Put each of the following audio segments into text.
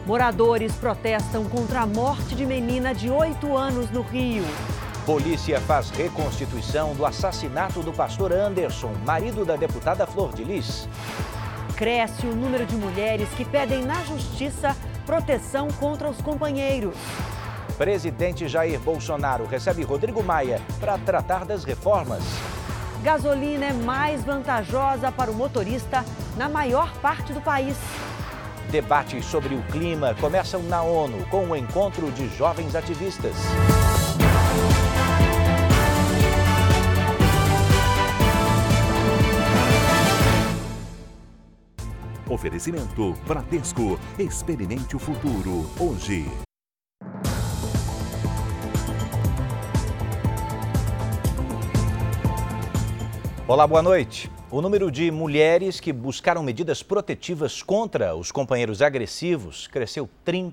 Moradores protestam contra a morte de menina de 8 anos no Rio. Polícia faz reconstituição do assassinato do pastor Anderson, marido da deputada Flor de Lis. Cresce o número de mulheres que pedem na justiça proteção contra os companheiros. Presidente Jair Bolsonaro recebe Rodrigo Maia para tratar das reformas. Gasolina é mais vantajosa para o motorista na maior parte do país. Debates sobre o clima começam na ONU com o encontro de jovens ativistas. Oferecimento Bradesco. Experimente o futuro hoje. Olá, boa noite. O número de mulheres que buscaram medidas protetivas contra os companheiros agressivos cresceu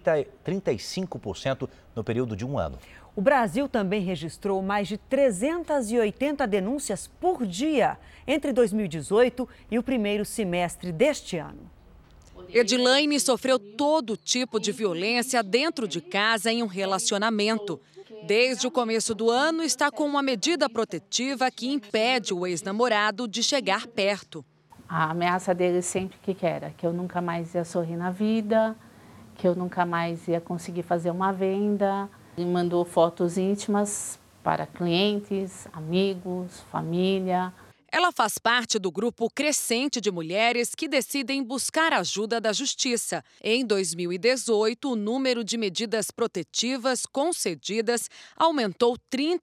35% no período de um ano. O Brasil também registrou mais de 380 denúncias por dia entre 2018 e o primeiro semestre deste ano. Edilaine sofreu todo tipo de violência dentro de casa em um relacionamento. Desde o começo do ano, está com uma medida protetiva que impede o ex-namorado de chegar perto. A ameaça dele sempre que era que eu nunca mais ia sorrir na vida, que eu nunca mais ia conseguir fazer uma venda. Ele mandou fotos íntimas para clientes, amigos, família. Ela faz parte do grupo crescente de mulheres que decidem buscar ajuda da justiça. Em 2018, o número de medidas protetivas concedidas aumentou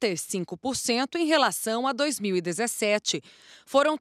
35% em relação a 2017. Foram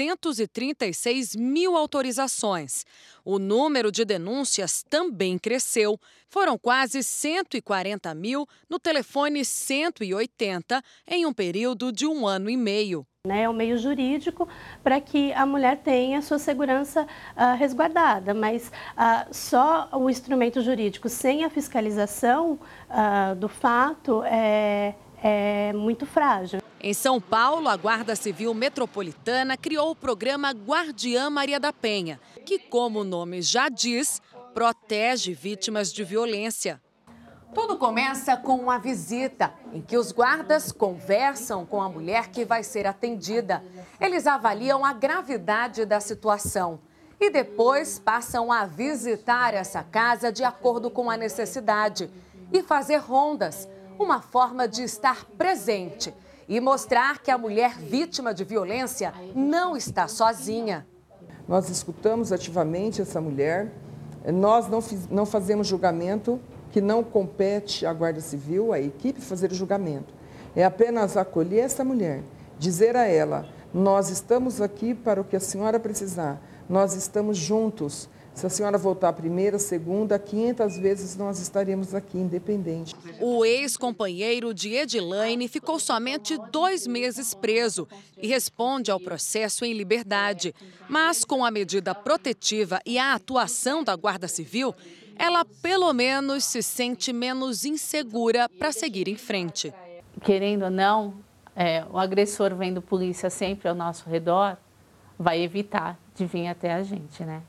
336 mil autorizações. O número de denúncias também cresceu. Foram quase 140 mil no telefone 180 em um período de um ano e meio. É o meio jurídico para que a mulher tenha sua segurança resguardada, mas só o instrumento jurídico sem a fiscalização do fato é muito frágil. Em São Paulo, a Guarda Civil Metropolitana criou o programa Guardiã Maria da Penha, que, como o nome já diz, protege vítimas de violência. Tudo começa com uma visita, em que os guardas conversam com a mulher que vai ser atendida. Eles avaliam a gravidade da situação e depois passam a visitar essa casa de acordo com a necessidade e fazer rondas, uma forma de estar presente e mostrar que a mulher vítima de violência não está sozinha. Nós escutamos ativamente essa mulher, nós não fazemos julgamento, que não compete à Guarda Civil, à equipe, fazer o julgamento. É apenas acolher essa mulher, dizer a ela, nós estamos aqui para o que a senhora precisar, nós estamos juntos. Se a senhora voltar a primeira, segunda, 500 vezes nós estaremos aqui, independente. O ex-companheiro de Edilaine ficou somente 2 meses preso e responde ao processo em liberdade. Mas com a medida protetiva e a atuação da Guarda Civil, ela pelo menos se sente menos insegura para seguir em frente. Querendo ou não, o agressor vendo polícia sempre ao nosso redor vai evitar de vir até a gente, né?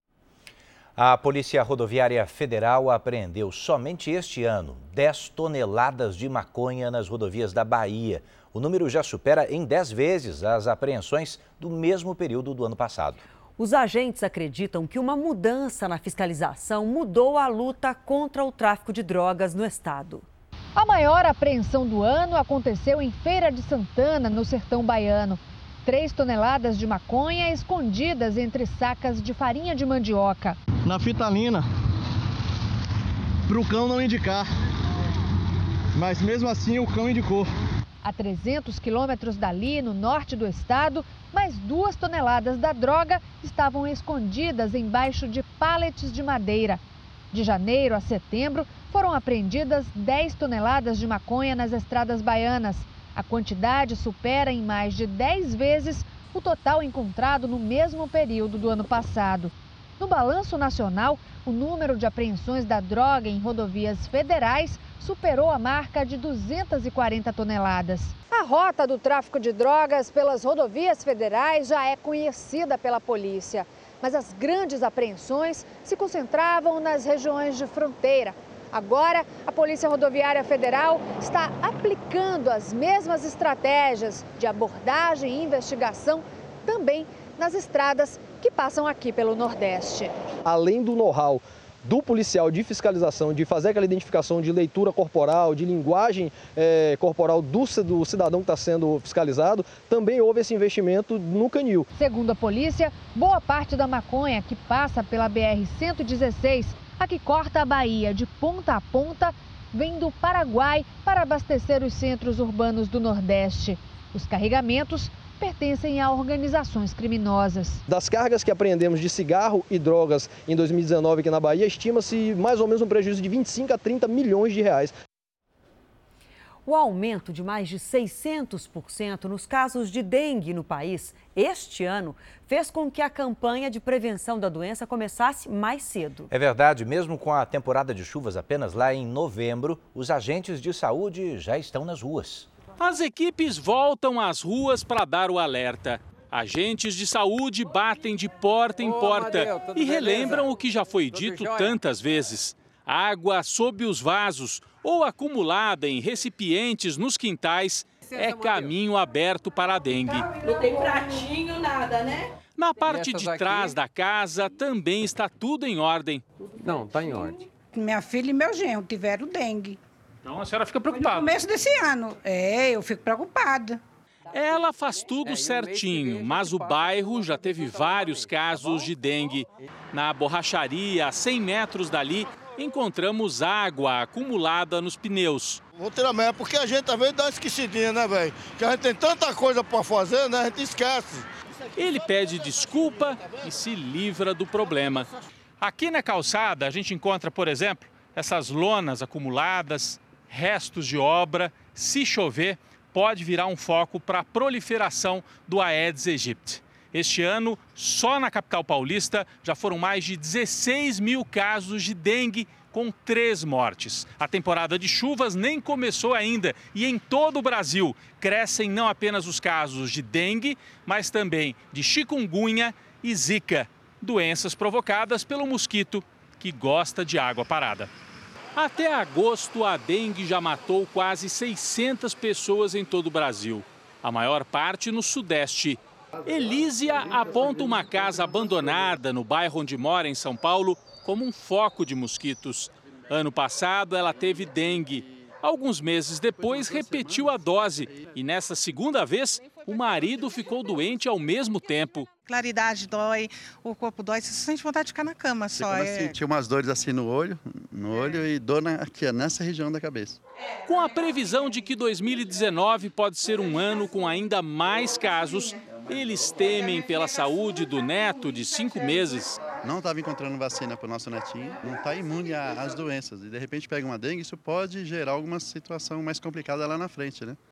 A Polícia Rodoviária Federal apreendeu somente este ano 10 toneladas de maconha nas rodovias da Bahia. O número já supera em 10 vezes as apreensões do mesmo período do ano passado. Os agentes acreditam que uma mudança na fiscalização mudou a luta contra o tráfico de drogas no estado. A maior apreensão do ano aconteceu em Feira de Santana, no sertão baiano. 3 toneladas de maconha escondidas entre sacas de farinha de mandioca. Na fitalina, para o cão não indicar, mas mesmo assim o cão indicou. A 300 quilômetros dali, no norte do estado, mais 2 toneladas da droga estavam escondidas embaixo de pallets de madeira. De janeiro a setembro, foram apreendidas 10 toneladas de maconha nas estradas baianas. A quantidade supera em mais de 10 vezes o total encontrado no mesmo período do ano passado. No balanço nacional, o número de apreensões da droga em rodovias federais superou a marca de 240 toneladas. A rota do tráfico de drogas pelas rodovias federais já é conhecida pela polícia. mas as grandes apreensões se concentravam nas regiões de fronteira. Agora, a Polícia Rodoviária Federal está aplicando as mesmas estratégias de abordagem e investigação também nas estradas que passam aqui pelo Nordeste. Além do know-how do policial de fiscalização, de fazer aquela identificação de leitura corporal, de linguagem corporal do cidadão que está sendo fiscalizado, também houve esse investimento no canil. Segundo a polícia, boa parte da maconha que passa pela BR-116, a que corta a Bahia de ponta a ponta, vem do Paraguai para abastecer os centros urbanos do Nordeste. Os carregamentos pertencem a organizações criminosas. Das cargas que apreendemos de cigarro e drogas em 2019 aqui na Bahia, estima-se mais ou menos um prejuízo de 25 a 30 milhões de reais. O aumento de mais de 600% nos casos de dengue no país este ano fez com que a campanha de prevenção da doença começasse mais cedo. É verdade, mesmo com a temporada de chuvas apenas lá em novembro, os agentes de saúde já estão nas ruas. As equipes voltam às ruas para dar o alerta. Agentes de saúde batem de porta em porta e relembram o que já foi dito tantas vezes. Água sob os vasos ou acumulada em recipientes nos quintais é caminho aberto para a dengue. Não tem pratinho, nada, né? Na parte de trás da casa também está tudo em ordem. Não, está em ordem. Minha filha e meu genro tiveram dengue. Então a senhora fica preocupada? No começo desse ano. Eu fico preocupada. Ela faz tudo certinho, mas o bairro já teve vários casos de dengue. Na borracharia, a 100 metros dali, encontramos água acumulada nos pneus. Vou tirar mesmo, porque a gente às vezes dá uma esquecidinha, né, velho? Que a gente tem tanta coisa para fazer, né? A gente esquece. Ele pede desculpa e se livra do problema. Aqui na calçada, a gente encontra, por exemplo, essas lonas acumuladas, restos de obra. Se chover, pode virar um foco para a proliferação do Aedes aegypti. Este ano, só na capital paulista, já foram mais de 16 mil casos de dengue, com 3 mortes. A temporada de chuvas nem começou ainda e em todo o Brasil crescem não apenas os casos de dengue, mas também de chikungunya e zika, doenças provocadas pelo mosquito que gosta de água parada. Até agosto, a dengue já matou quase 600 pessoas em todo o Brasil, a maior parte no Sudeste. Elísia aponta uma casa abandonada no bairro onde mora, em São Paulo, como um foco de mosquitos. Ano passado, ela teve dengue. Alguns meses depois, repetiu a dose e nessa segunda vez, o marido ficou doente ao mesmo tempo. Claridade dói, o corpo dói, você sente vontade de ficar na cama só. Você começa a sentir umas dores assim no olho e dor aqui, nessa região da cabeça. Com a previsão de que 2019 pode ser um ano com ainda mais casos, eles temem pela saúde do neto de 5 meses. Não estava encontrando vacina para o nosso netinho, não está imune às doenças. E de repente pega uma dengue, isso pode gerar alguma situação mais complicada lá na frente, né?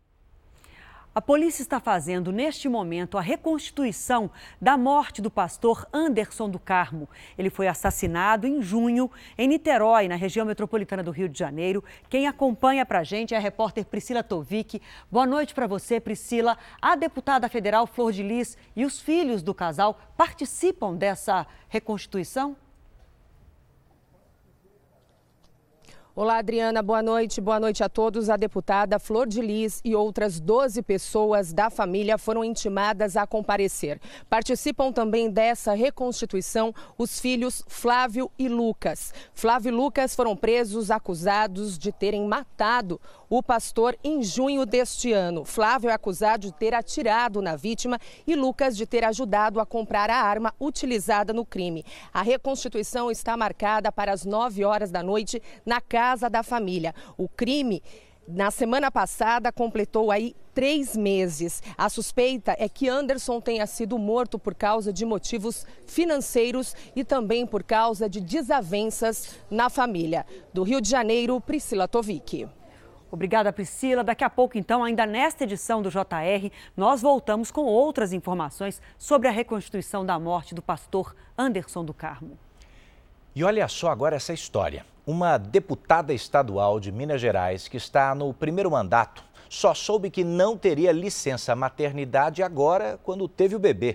A polícia está fazendo, neste momento, a reconstituição da morte do pastor Anderson do Carmo. Ele foi assassinado em junho, em Niterói, na região metropolitana do Rio de Janeiro. Quem acompanha para a gente é a repórter Priscila Tovic. Boa noite para você, Priscila. A deputada federal Flor de Lis e os filhos do casal participam dessa reconstituição? Olá, Adriana, boa noite a todos. A deputada Flor de Lis e outras 12 pessoas da família foram intimadas a comparecer. Participam também dessa reconstituição os filhos Flávio e Lucas. Flávio e Lucas foram presos acusados de terem matado o pastor em junho deste ano. Flávio é acusado de ter atirado na vítima e Lucas de ter ajudado a comprar a arma utilizada no crime. A reconstituição está marcada para as 9 horas da noite na casa da família. O crime, na semana passada, completou aí 3 meses. A suspeita é que Anderson tenha sido morto por causa de motivos financeiros e também por causa de desavenças na família. Do Rio de Janeiro, Priscila Tovic. Obrigada, Priscila. Daqui a pouco, então, ainda nesta edição do JR, nós voltamos com outras informações sobre a reconstituição da morte do pastor Anderson do Carmo. E olha só agora essa história. Uma deputada estadual de Minas Gerais, que está no primeiro mandato, só soube que não teria licença maternidade agora quando teve o bebê.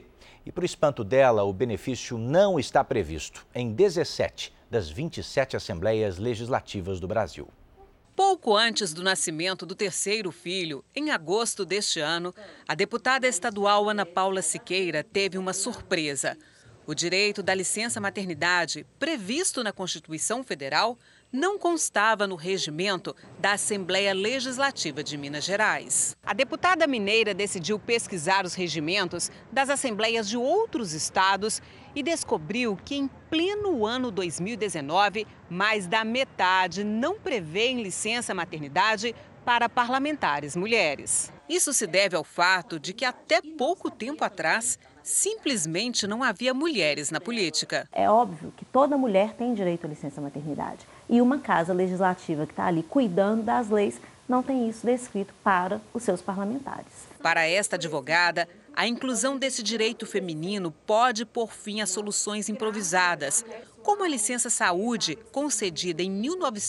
E, para o espanto dela, o benefício não está previsto em 17 das 27 Assembleias Legislativas do Brasil. Pouco antes do nascimento do terceiro filho, em agosto deste ano, a deputada estadual Ana Paula Siqueira teve uma surpresa. O direito da licença maternidade, previsto na Constituição Federal, não constava no regimento da Assembleia Legislativa de Minas Gerais. A deputada mineira decidiu pesquisar os regimentos das assembleias de outros estados e descobriu que em pleno ano 2019, mais da metade não prevê em licença maternidade para parlamentares mulheres. Isso se deve ao fato de que até pouco tempo atrás, simplesmente não havia mulheres na política. É óbvio que toda mulher tem direito à licença maternidade. E uma casa legislativa que está ali cuidando das leis não tem isso descrito para os seus parlamentares. Para esta advogada, a inclusão desse direito feminino pode pôr fim a soluções improvisadas, como a licença saúde concedida em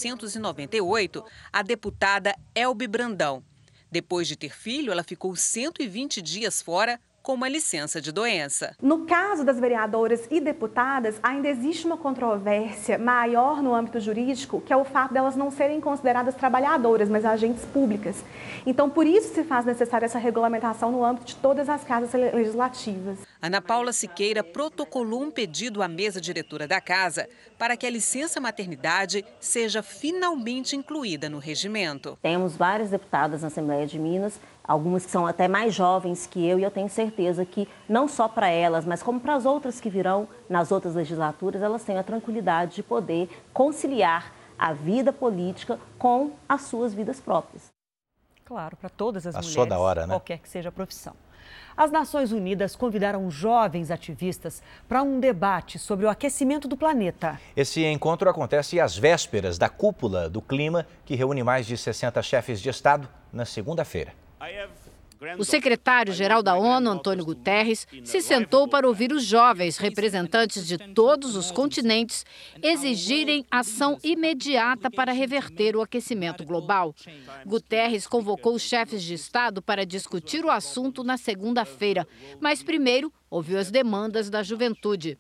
1998 à deputada Elbe Brandão. Depois de ter filho, ela ficou 120 dias fora com uma licença de doença. No caso das vereadoras e deputadas, ainda existe uma controvérsia maior no âmbito jurídico, que é o fato delas não serem consideradas trabalhadoras, mas agentes públicas. Então, por isso se faz necessária essa regulamentação no âmbito de todas as casas legislativas. Ana Paula Siqueira protocolou um pedido à mesa diretora da casa para que a licença maternidade seja finalmente incluída no regimento. Temos várias deputadas na Assembleia de Minas, algumas que são até mais jovens que eu, e eu tenho certeza que não só para elas, mas como para as outras que virão nas outras legislaturas, elas têm a tranquilidade de poder conciliar a vida política com as suas vidas próprias. Claro, para todas as Passou mulheres, da hora, né? Qualquer que seja a profissão. As Nações Unidas convidaram jovens ativistas para um debate sobre o aquecimento do planeta. Esse encontro acontece às vésperas da cúpula do clima, que reúne mais de 60 chefes de Estado na segunda-feira. O secretário-geral da ONU, Antônio Guterres, se sentou para ouvir os jovens representantes de todos os continentes exigirem ação imediata para reverter o aquecimento global. Guterres convocou os chefes de Estado para discutir o assunto na segunda-feira, mas primeiro ouviu as demandas da juventude.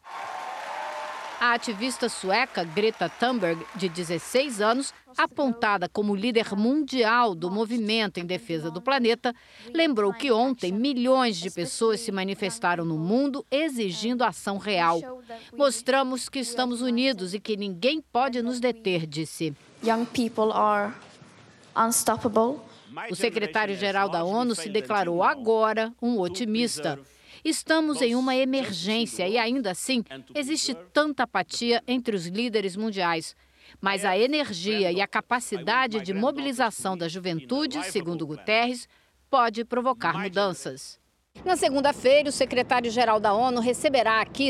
A ativista sueca Greta Thunberg, de 16 anos, apontada como líder mundial do movimento em defesa do planeta, lembrou que ontem milhões de pessoas se manifestaram no mundo exigindo ação real. Mostramos que estamos unidos e que ninguém pode nos deter, disse. Young people are unstoppable. O secretário-geral da ONU se declarou agora um otimista. Estamos em uma emergência e, ainda assim, existe tanta apatia entre os líderes mundiais. Mas a energia e a capacidade de mobilização da juventude, segundo Guterres, pode provocar mudanças. Na segunda-feira, o secretário-geral da ONU receberá aqui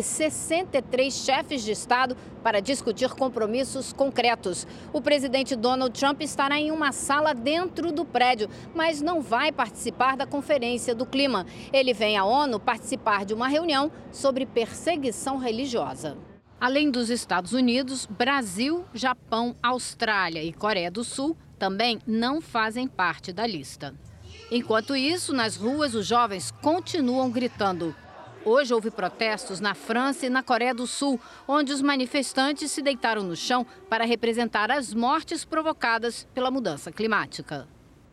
63 chefes de Estado para discutir compromissos concretos. O presidente Donald Trump estará em uma sala dentro do prédio, mas não vai participar da Conferência do Clima. Ele vem à ONU participar de uma reunião sobre perseguição religiosa. Além dos Estados Unidos, Brasil, Japão, Austrália e Coreia do Sul também não fazem parte da lista. Enquanto isso, nas ruas, os jovens continuam gritando. Hoje houve protestos na França e na Coreia do Sul, onde os manifestantes se deitaram no chão para representar as mortes provocadas pela mudança climática.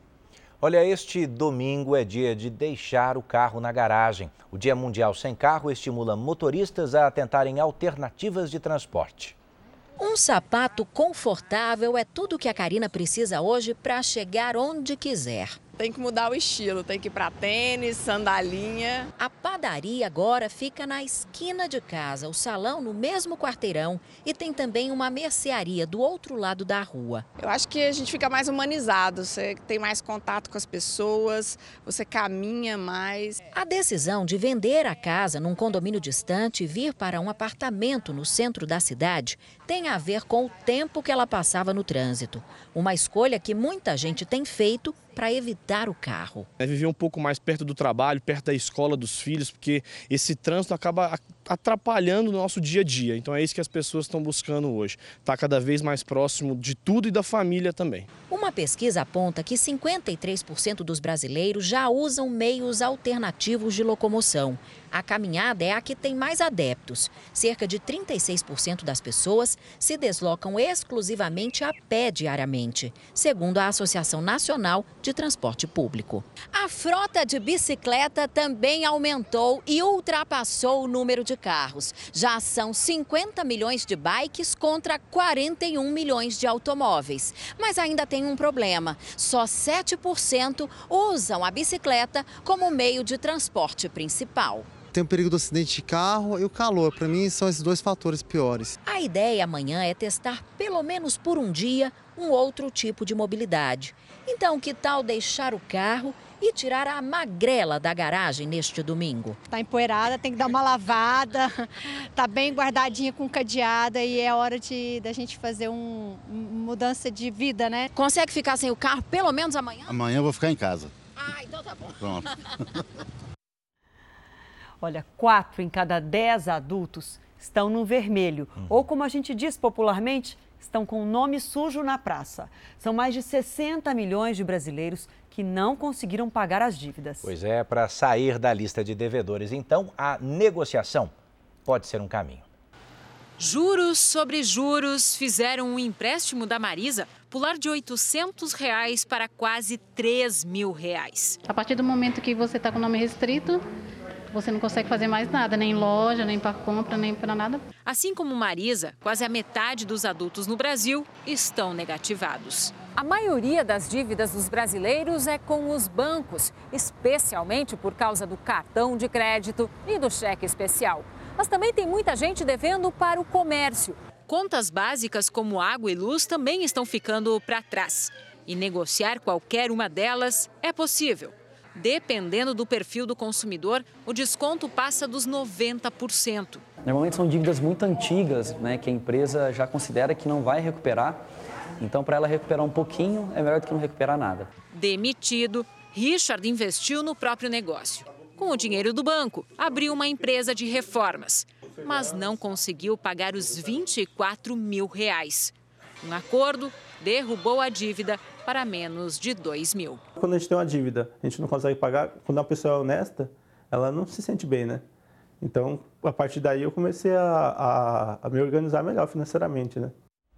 Olha, este domingo é dia de deixar o carro na garagem. O Dia Mundial Sem Carro estimula motoristas a tentarem alternativas de transporte. Um sapato confortável é tudo que a Karina precisa hoje para chegar onde quiser. Tem que mudar o estilo, tem que ir para tênis, sandalinha. A padaria agora fica na esquina de casa, o salão no mesmo quarteirão e tem também uma mercearia do outro lado da rua. Eu acho que a gente fica mais humanizado, você tem mais contato com as pessoas, você caminha mais. A decisão de vender a casa num condomínio distante e vir para um apartamento no centro da cidade tem a ver com o tempo que ela passava no trânsito. Uma escolha que muita gente tem feito para evitar o carro. É viver um pouco mais perto do trabalho, perto da escola dos filhos, porque esse trânsito acaba atrapalhando o nosso dia a dia. Então é isso que as pessoas estão buscando hoje. Está cada vez mais próximo de tudo e da família também. Uma pesquisa aponta que 53% dos brasileiros já usam meios alternativos de locomoção. A caminhada é a que tem mais adeptos. Cerca de 36% das pessoas se deslocam exclusivamente a pé diariamente, segundo a Associação Nacional de Transporte Público. A frota de bicicleta também aumentou e ultrapassou o número de carros. Já são 50 milhões de bikes contra 41 milhões de automóveis. Mas ainda tem um problema: só 7% usam a bicicleta como meio de transporte principal. Tem o perigo do acidente de carro e o calor. Para mim, são esses dois fatores piores. A ideia amanhã é testar, pelo menos por um dia, um outro tipo de mobilidade. Então, que tal deixar o carro e tirar a magrela da garagem neste domingo? Está empoeirada, tem que dar uma lavada, está bem guardadinha com cadeada e é hora da gente fazer uma mudança de vida, né? Consegue ficar sem o carro pelo menos amanhã? Amanhã eu vou ficar em casa. Ah, então tá bom. Pronto. Olha, 4 em cada 10 adultos estão no vermelho, ou como a gente diz popularmente, estão com o nome sujo na praça. São mais de 60 milhões de brasileiros que não conseguiram pagar as dívidas. Pois é, para sair da lista de devedores, então, a negociação pode ser um caminho. Juros sobre juros fizeram um empréstimo da Marisa pular de R$ 800 para quase R$ 3.000. A partir do momento que você está com o nome restrito, você não consegue fazer mais nada, nem em loja, nem para compra, nem para nada. Assim como Marisa, quase a metade dos adultos no Brasil estão negativados. A maioria das dívidas dos brasileiros é com os bancos, especialmente por causa do cartão de crédito e do cheque especial. Mas também tem muita gente devendo para o comércio. Contas básicas como água e luz também estão ficando para trás. E negociar qualquer uma delas é possível. Dependendo do perfil do consumidor, o desconto passa dos 90%. Normalmente são dívidas muito antigas, né, que a empresa já considera que não vai recuperar. Então, para ela recuperar um pouquinho, é melhor do que não recuperar nada. Demitido, Richard investiu no próprio negócio. Com o dinheiro do banco, abriu uma empresa de reformas, mas não conseguiu pagar os R$ 24 mil. Um acordo derrubou a dívida para menos de 2 mil. Quando a gente tem uma dívida, a gente não consegue pagar, quando a pessoa é honesta, ela não se sente bem, né? Então, a partir daí eu comecei a me organizar melhor financeiramente, né?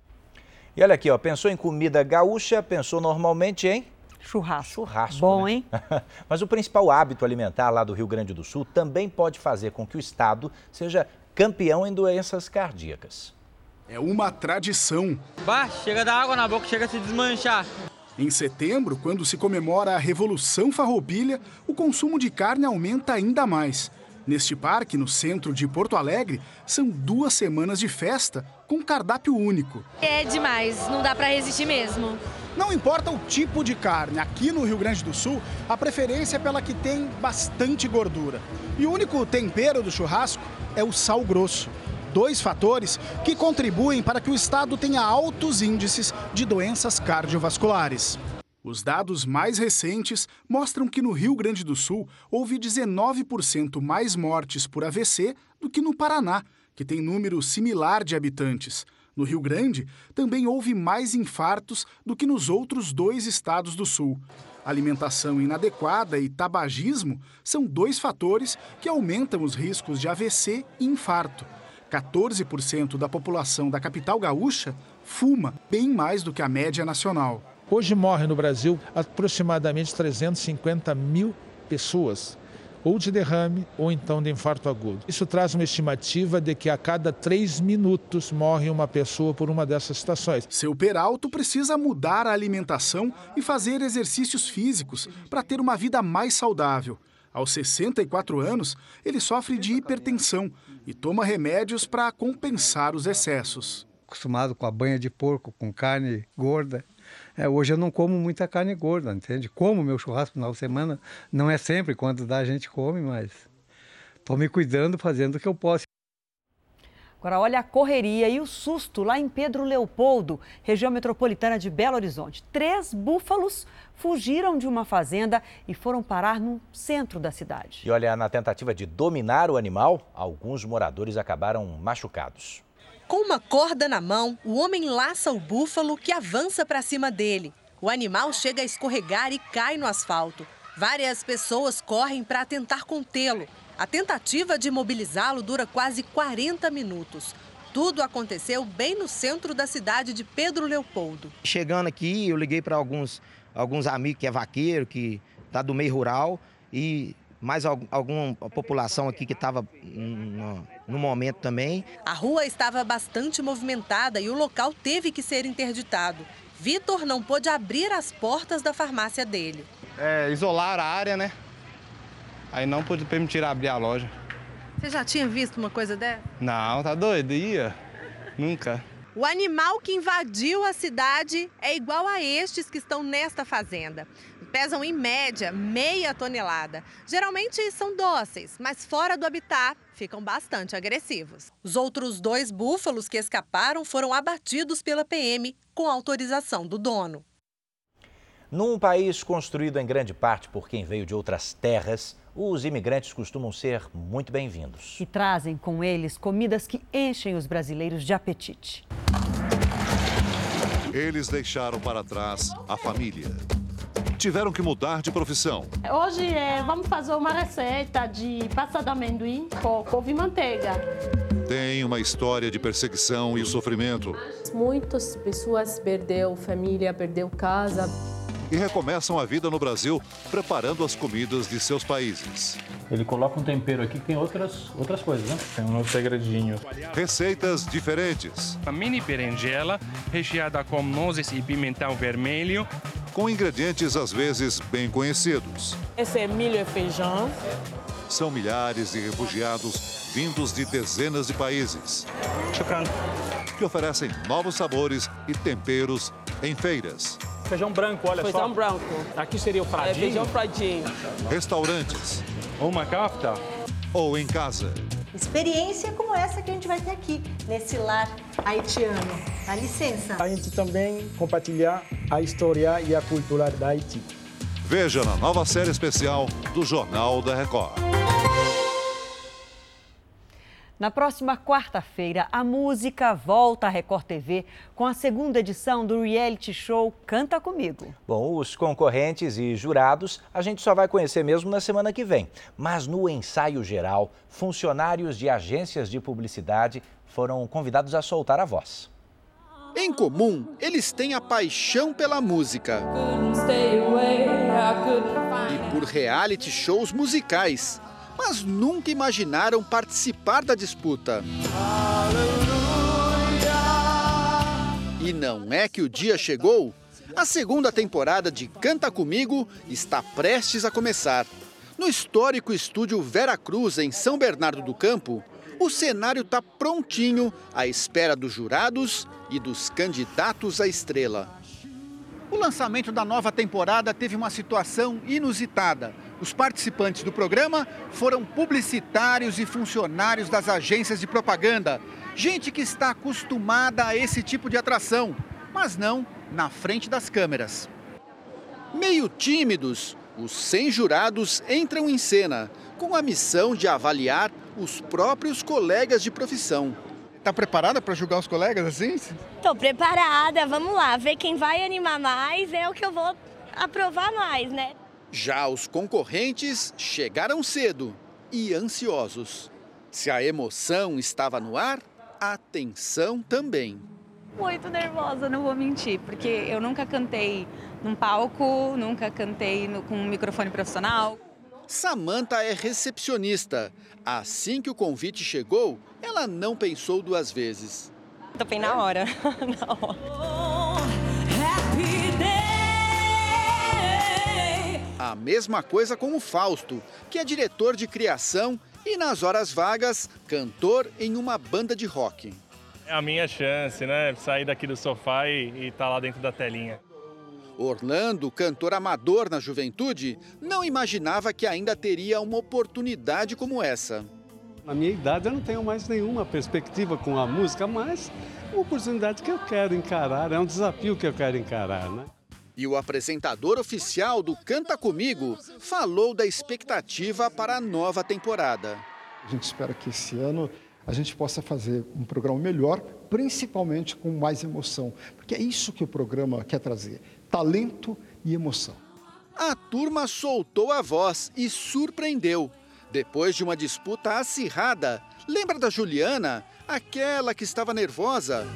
E olha aqui, ó, pensou em comida gaúcha, pensou normalmente em... Churrasco. Churrasco. Bom, né? hein? Mas o principal hábito alimentar lá do Rio Grande do Sul também pode fazer com que o estado seja campeão em doenças cardíacas. É uma tradição. Bah, chega da água na boca, chega a se desmanchar. Em setembro, quando se comemora a Revolução Farroupilha, o consumo de carne aumenta ainda mais. Neste parque, no centro de Porto Alegre, são 2 semanas de festa com cardápio único. É demais, não dá para resistir mesmo. Não importa o tipo de carne, aqui no Rio Grande do Sul, a preferência é pela que tem bastante gordura. E o único tempero do churrasco é o sal grosso. 2 fatores que contribuem para que o estado tenha altos índices de doenças cardiovasculares. Os dados mais recentes mostram que no Rio Grande do Sul houve 19% mais mortes por AVC do que no Paraná, que tem número similar de habitantes. No Rio Grande, também houve mais infartos do que nos outros 2 estados do Sul. Alimentação inadequada e tabagismo são 2 fatores que aumentam os riscos de AVC e infarto. 14% da população da capital gaúcha fuma, bem mais do que a média nacional. Hoje morrem no Brasil aproximadamente 350 mil pessoas, ou de derrame ou então de infarto agudo. Isso traz uma estimativa de que a cada 3 minutos morre uma pessoa por uma dessas situações. Seu Peralto precisa mudar a alimentação e fazer exercícios físicos para ter uma vida mais saudável. Aos 64 anos, ele sofre de hipertensão e toma remédios para compensar os excessos. Acostumado com a banha de porco, com carne gorda. Hoje eu não como muita carne gorda, entende? Como meu churrasco no final de semana, não é sempre, quando dá a gente come, mas estou me cuidando, fazendo o que eu posso. Agora, olha a correria e o susto lá em Pedro Leopoldo, região metropolitana de Belo Horizonte. 3 búfalos fugiram de uma fazenda e foram parar no centro da cidade. E olha, na tentativa de dominar o animal, alguns moradores acabaram machucados. Com uma corda na mão, o homem laça o búfalo que avança para cima dele. O animal chega a escorregar e cai no asfalto. Várias pessoas correm para tentar contê-lo. A tentativa de imobilizá-lo dura quase 40 minutos. Tudo aconteceu bem no centro da cidade de Pedro Leopoldo. Chegando aqui, eu liguei para alguns amigos que é vaqueiro, que está do meio rural, e mais alguma população aqui que estava no momento também. A rua estava bastante movimentada e o local teve que ser interditado. Vitor não pôde abrir as portas da farmácia dele. Isolar a área, né? Aí não pôde permitir abrir a loja. Você já tinha visto uma coisa dessa? Não, tá doido? Ia? Nunca. O animal que invadiu a cidade é igual a estes que estão nesta fazenda. Pesam em média meia tonelada. Geralmente são dóceis, mas fora do habitat ficam bastante agressivos. Os outros 2 búfalos que escaparam foram abatidos pela PM com autorização do dono. Num país construído em grande parte por quem veio de outras terras, os imigrantes costumam ser muito bem-vindos. E trazem com eles comidas que enchem os brasileiros de apetite. Eles deixaram para trás a família. Tiveram que mudar de profissão. Hoje vamos fazer uma receita de pasta de amendoim com couve e manteiga. Tem uma história de perseguição e sofrimento. Muitas pessoas perderam família, perderam casa. E recomeçam a vida no Brasil preparando as comidas de seus países. Ele coloca um tempero aqui que tem outras coisas, né? Tem um novo segredinho. Receitas diferentes. A mini berinjela recheada com nozes e pimentão vermelho. Com ingredientes às vezes bem conhecidos. Esse é milho e feijão. São milhares de refugiados vindos de dezenas de países. Que oferecem novos sabores e temperos em feiras. Feijão branco, olha só. Feijão branco. Aqui seria o fradinho. Feijão fradinho. Restaurantes. Ou uma kafta. Ou em casa. Experiência como essa que a gente vai ter aqui, nesse lar haitiano. Dá licença. A gente também compartilhar a história e a cultura da Haiti. Veja na nova série especial do Jornal da Record. Na próxima quarta-feira, a música volta à Record TV com a segunda edição do reality show Canta Comigo. Bom, os concorrentes e jurados a gente só vai conhecer mesmo na semana que vem. Mas no ensaio geral, funcionários de agências de publicidade foram convidados a soltar a voz. Em comum, eles têm a paixão pela música e por reality shows musicais. Mas nunca imaginaram participar da disputa. E não é que o dia chegou? A segunda temporada de Canta Comigo está prestes a começar. No histórico estúdio Vera Cruz, em São Bernardo do Campo, o cenário está prontinho à espera dos jurados e dos candidatos à estrela. O lançamento da nova temporada teve uma situação inusitada. Os participantes do programa foram publicitários e funcionários das agências de propaganda. Gente que está acostumada a esse tipo de atração, mas não na frente das câmeras. Meio tímidos, os 100 jurados entram em cena, com a missão de avaliar os próprios colegas de profissão. Está preparada para julgar os colegas assim? Estou preparada, vamos lá, ver quem vai animar mais é o que eu vou aprovar mais, né? Já os concorrentes chegaram cedo e ansiosos. Se a emoção estava no ar, a tensão também. Muito nervosa, não vou mentir, porque eu nunca cantei num palco, nunca cantei com um microfone profissional. Samanta é recepcionista. Assim que o convite chegou, ela não pensou duas vezes. Topei na hora. A mesma coisa com o Fausto, que é diretor de criação e, nas horas vagas, cantor em uma banda de rock. É a minha chance, né? Sair daqui do sofá e estar lá dentro da telinha. Orlando, cantor amador na juventude, não imaginava que ainda teria uma oportunidade como essa. Na minha idade eu não tenho mais nenhuma perspectiva com a música, mas é uma oportunidade que eu quero encarar, é um desafio que eu quero encarar, né? E o apresentador oficial do Canta Comigo falou da expectativa para a nova temporada. A gente espera que esse ano a gente possa fazer um programa melhor, principalmente com mais emoção, porque é isso que o programa quer trazer, talento e emoção. A turma soltou a voz e surpreendeu. Depois de uma disputa acirrada, lembra da Juliana? Aquela que estava nervosa?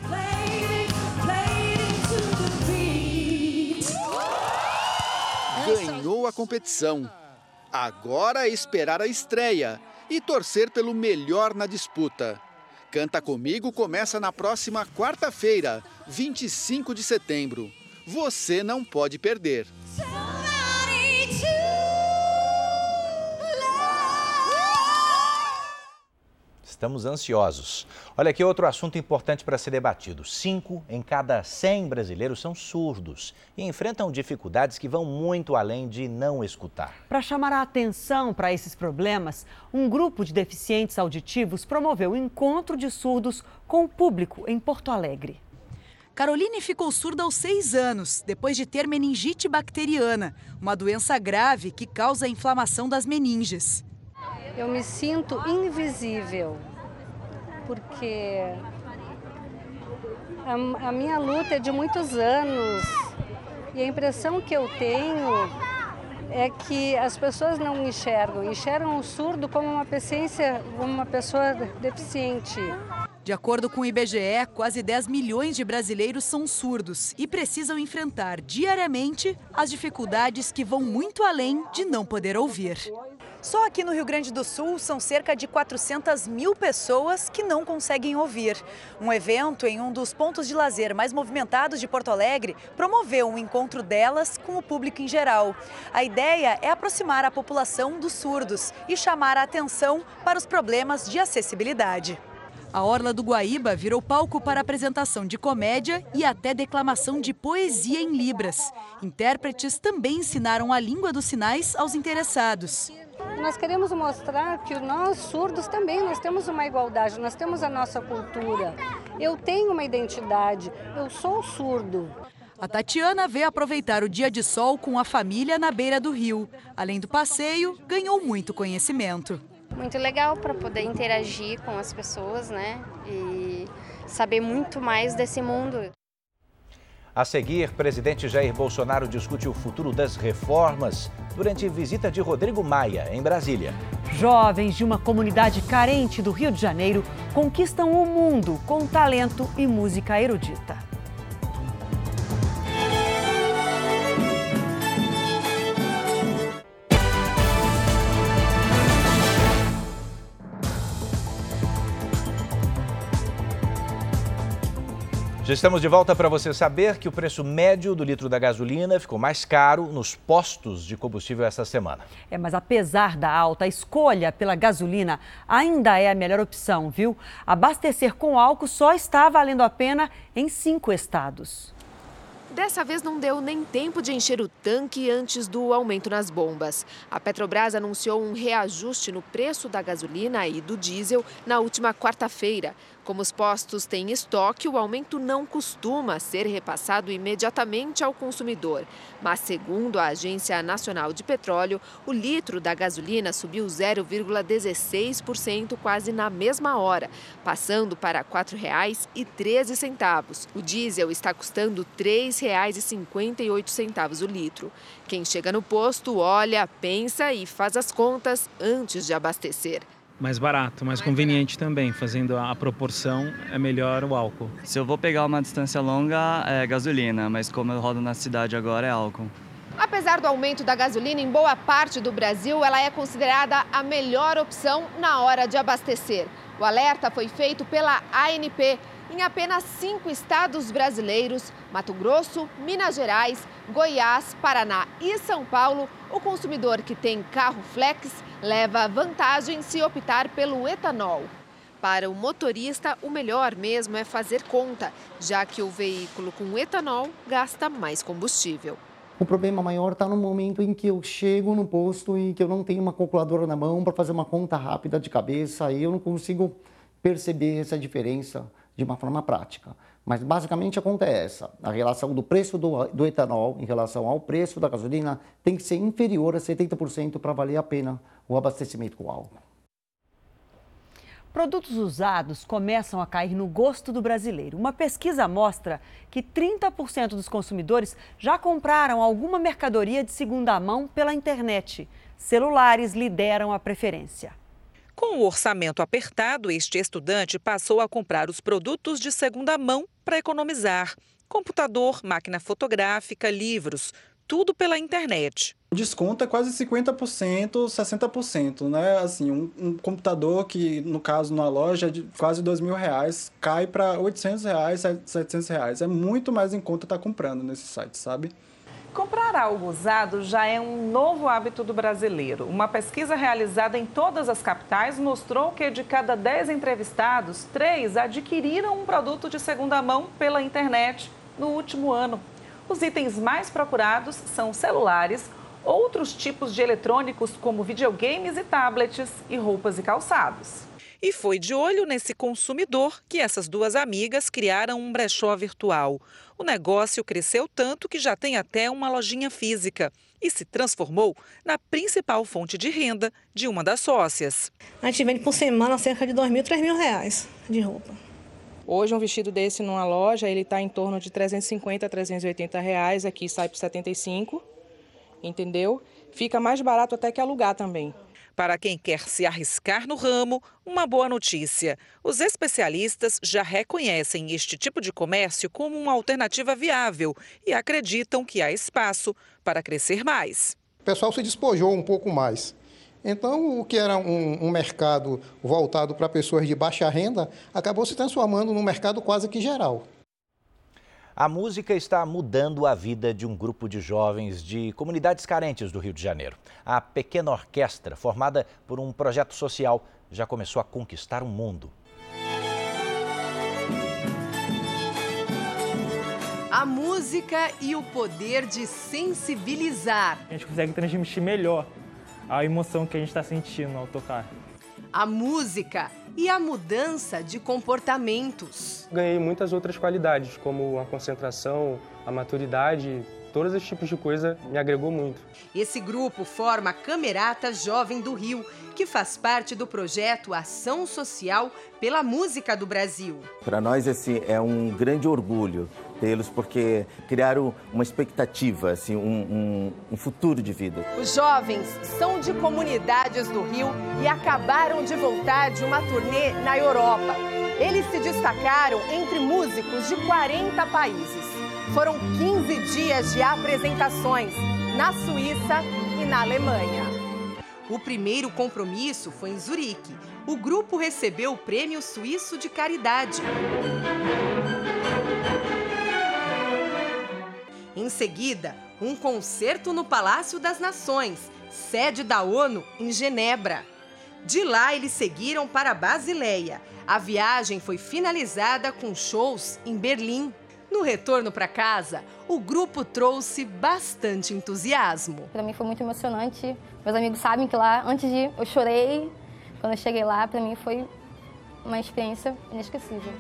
Ganhou a competição. Agora é esperar a estreia e torcer pelo melhor na disputa. Canta Comigo começa na próxima quarta-feira, 25 de setembro. Você não pode perder. Estamos ansiosos. Olha aqui outro assunto importante para ser debatido. 5 em cada 100 brasileiros são surdos e enfrentam dificuldades que vão muito além de não escutar. Para chamar a atenção para esses problemas, um grupo de deficientes auditivos promoveu um encontro de surdos com o público em Porto Alegre. Caroline ficou surda aos 6 anos, depois de ter meningite bacteriana, uma doença grave que causa a inflamação das meninges. Eu me sinto invisível, porque a minha luta é de muitos anos e a impressão que eu tenho é que as pessoas não me enxergam o surdo como uma pessoa deficiente. De acordo com o IBGE, quase 10 milhões de brasileiros são surdos e precisam enfrentar diariamente as dificuldades que vão muito além de não poder ouvir. Só aqui no Rio Grande do Sul são cerca de 400 mil pessoas que não conseguem ouvir. Um evento em um dos pontos de lazer mais movimentados de Porto Alegre promoveu um encontro delas com o público em geral. A ideia é aproximar a população dos surdos e chamar a atenção para os problemas de acessibilidade. A Orla do Guaíba virou palco para apresentação de comédia e até declamação de poesia em libras. Intérpretes também ensinaram a língua dos sinais aos interessados. Nós queremos mostrar que nós surdos também nós temos uma igualdade, nós temos a nossa cultura. Eu tenho uma identidade, eu sou surdo. A Tatiana veio aproveitar o dia de sol com a família na beira do rio. Além do passeio, ganhou muito conhecimento. Muito legal para poder interagir com as pessoas, né? E saber muito mais desse mundo. A seguir, presidente Jair Bolsonaro discute o futuro das reformas durante visita de Rodrigo Maia, em Brasília. Jovens de uma comunidade carente do Rio de Janeiro conquistam o mundo com talento e música erudita. Já estamos de volta para você saber que o preço médio do litro da gasolina ficou mais caro nos postos de combustível essa semana. Mas apesar da alta, a escolha pela gasolina ainda é a melhor opção, viu? Abastecer com álcool só está valendo a pena em 5 estados. Dessa vez não deu nem tempo de encher o tanque antes do aumento nas bombas. A Petrobras anunciou um reajuste no preço da gasolina e do diesel na última quarta-feira. Como os postos têm estoque, o aumento não costuma ser repassado imediatamente ao consumidor. Mas, segundo a Agência Nacional de Petróleo, o litro da gasolina subiu 0,16% quase na mesma hora, passando para R$ 4,13. O diesel está custando R$ 3,58 o litro. Quem chega no posto olha, pensa e faz as contas antes de abastecer. Mais barato, mais conveniente também, fazendo a proporção é melhor o álcool. Se eu vou pegar uma distância longa é gasolina, mas como eu rodo na cidade agora é álcool. Apesar do aumento da gasolina em boa parte do Brasil, ela é considerada a melhor opção na hora de abastecer. O alerta foi feito pela ANP. Em apenas 5 estados brasileiros, Mato Grosso, Minas Gerais, Goiás, Paraná e São Paulo, o consumidor que tem carro flex leva vantagem se optar pelo etanol. Para o motorista, o melhor mesmo é fazer conta, já que o veículo com etanol gasta mais combustível. O problema maior está no momento em que eu chego no posto e que eu não tenho uma calculadora na mão para fazer uma conta rápida de cabeça e eu não consigo perceber essa diferença de uma forma prática. Mas basicamente a conta é essa, a relação do preço do etanol em relação ao preço da gasolina tem que ser inferior a 70% para valer a pena o abastecimento com álcool. Produtos usados começam a cair no gosto do brasileiro. Uma pesquisa mostra que 30% dos consumidores já compraram alguma mercadoria de segunda mão pela internet. Celulares lideram a preferência. Com o orçamento apertado, este estudante passou a comprar os produtos de segunda mão para economizar. Computador, máquina fotográfica, livros, tudo pela internet. O desconto é quase 50%, 60%, né? Assim, um computador que, no caso, numa loja é de quase R$2.000, cai para R$800, R$700. É muito mais em conta estar comprando nesse site, sabe? Comprar algo usado já é um novo hábito do brasileiro. Uma pesquisa realizada em todas as capitais mostrou que de cada 10 entrevistados, 3 adquiriram um produto de segunda mão pela internet no último ano. Os itens mais procurados são celulares, outros tipos de eletrônicos como videogames e tablets e roupas e calçados. E foi de olho nesse consumidor que essas duas amigas criaram um brechó virtual. O negócio cresceu tanto que já tem até uma lojinha física e se transformou na principal fonte de renda de uma das sócias. A gente vende por semana cerca de R$2.000, R$3.000 de roupa. Hoje um vestido desse numa loja, ele está em torno de R$350 a R$380, aqui sai por R$75, entendeu? Fica mais barato até que alugar também. Para quem quer se arriscar no ramo, uma boa notícia. Os especialistas já reconhecem este tipo de comércio como uma alternativa viável e acreditam que há espaço para crescer mais. O pessoal se despojou um pouco mais. Então, o que era um mercado voltado para pessoas de baixa renda, acabou se transformando num mercado quase que geral. A música está mudando a vida de um grupo de jovens de comunidades carentes do Rio de Janeiro. A Pequena Orquestra, formada por um projeto social, já começou a conquistar o mundo. A música e o poder de sensibilizar. A gente consegue transmitir melhor a emoção que a gente está sentindo ao tocar. A música e a mudança de comportamentos. Ganhei muitas outras qualidades, como a concentração, a maturidade, todos esses tipos de coisa me agregou muito. Esse grupo forma a Camerata Jovem do Rio, que faz parte do projeto Ação Social pela Música do Brasil. Para nós esse é um grande orgulho tê-los, porque criaram uma expectativa, assim, um futuro de vida. Os jovens são de comunidades do Rio e acabaram de voltar de uma turnê na Europa. Eles se destacaram entre músicos de 40 países. Foram 15 dias de apresentações na Suíça e na Alemanha. O primeiro compromisso foi em Zurique. O grupo recebeu o Prêmio Suíço de Caridade. Em seguida, um concerto no Palácio das Nações, sede da ONU, em Genebra. De lá, eles seguiram para Basileia. A viagem foi finalizada com shows em Berlim. No retorno para casa, o grupo trouxe bastante entusiasmo. Para mim foi muito emocionante. Meus amigos sabem que lá, antes de ir, eu chorei. Quando eu cheguei lá, para mim foi uma experiência inesquecível.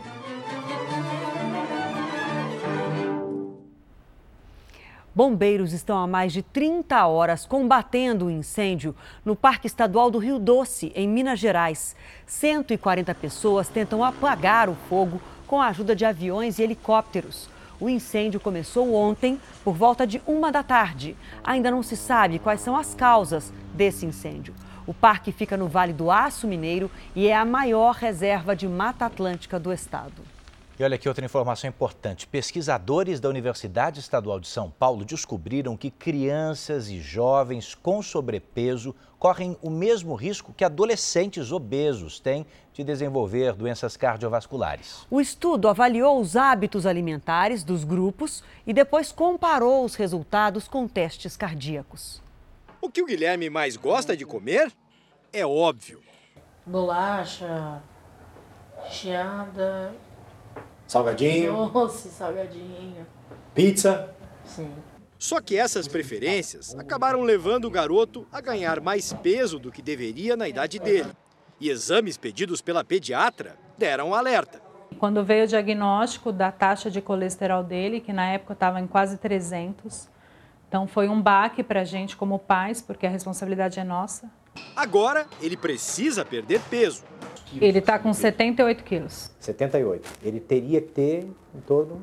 Bombeiros estão há mais de 30 horas combatendo o incêndio no Parque Estadual do Rio Doce, em Minas Gerais. 140 pessoas tentam apagar o fogo com a ajuda de aviões e helicópteros. O incêndio começou ontem, por volta de 1 da tarde. Ainda não se sabe quais são as causas desse incêndio. O parque fica no Vale do Aço Mineiro e é a maior reserva de Mata Atlântica do estado. E olha aqui outra informação importante. Pesquisadores da Universidade Estadual de São Paulo descobriram que crianças e jovens com sobrepeso correm o mesmo risco que adolescentes obesos têm de desenvolver doenças cardiovasculares. O estudo avaliou os hábitos alimentares dos grupos e depois comparou os resultados com testes cardíacos. O que o Guilherme mais gosta de comer é óbvio. Bolacha, recheada... Salgadinho. Doce, salgadinho. Pizza. Sim. Só que essas preferências acabaram levando o garoto a ganhar mais peso do que deveria na idade dele. E exames pedidos pela pediatra deram um alerta. Quando veio o diagnóstico da taxa de colesterol dele, que na época estava em quase 300, então foi um baque para a gente como pais, porque a responsabilidade é nossa. Agora ele precisa perder peso. Ele está com 78 quilos. 78. Ele teria que ter em torno...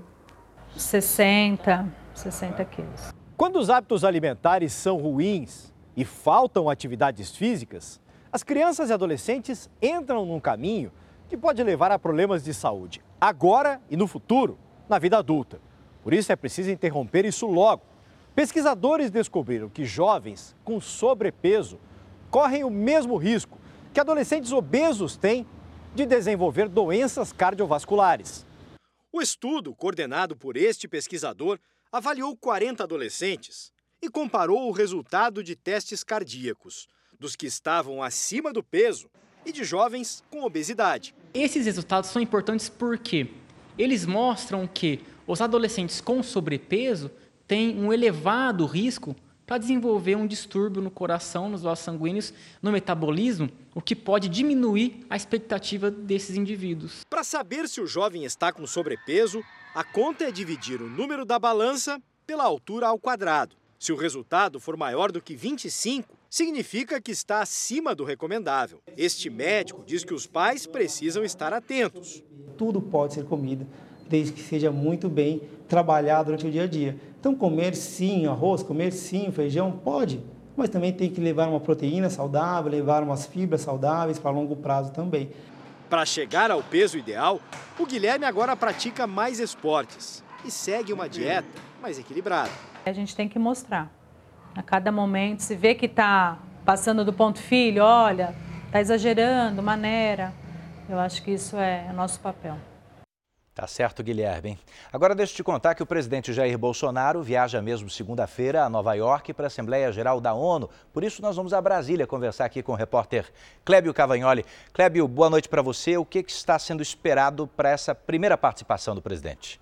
60 quilos. Quando os hábitos alimentares são ruins e faltam atividades físicas, as crianças e adolescentes entram num caminho que pode levar a problemas de saúde, agora e no futuro, na vida adulta. Por isso é preciso interromper isso logo. Pesquisadores descobriram que jovens com sobrepeso correm o mesmo risco que adolescentes obesos têm de desenvolver doenças cardiovasculares. O estudo, coordenado por este pesquisador, avaliou 40 adolescentes e comparou o resultado de testes cardíacos dos que estavam acima do peso e de jovens com obesidade. Esses resultados são importantes porque eles mostram que os adolescentes com sobrepeso têm um elevado risco para desenvolver um distúrbio no coração, nos vasos sanguíneos, no metabolismo, o que pode diminuir a expectativa desses indivíduos. Para saber se o jovem está com sobrepeso, a conta é dividir o número da balança pela altura ao quadrado. Se o resultado for maior do que 25, significa que está acima do recomendável. Este médico diz que os pais precisam estar atentos. Tudo pode ser comida, desde que seja muito bem trabalhado durante o dia a dia. Então, comer sim arroz, comer sim feijão, pode, mas também tem que levar uma proteína saudável, levar umas fibras saudáveis para longo prazo também. Para chegar ao peso ideal, o Guilherme agora pratica mais esportes e segue uma dieta mais equilibrada. A gente tem que mostrar. A cada momento, se vê que está passando do ponto filho, olha, está exagerando, maneira. Eu acho que isso é nosso papel. Tá certo, Guilherme. Hein? Agora deixa eu te contar que o presidente Jair Bolsonaro viaja mesmo segunda-feira a Nova York para a Assembleia Geral da ONU. Por isso nós vamos a Brasília conversar aqui com o repórter Clébio Cavagnoli. Clébio, boa noite para você. O que está sendo esperado para essa primeira participação do presidente?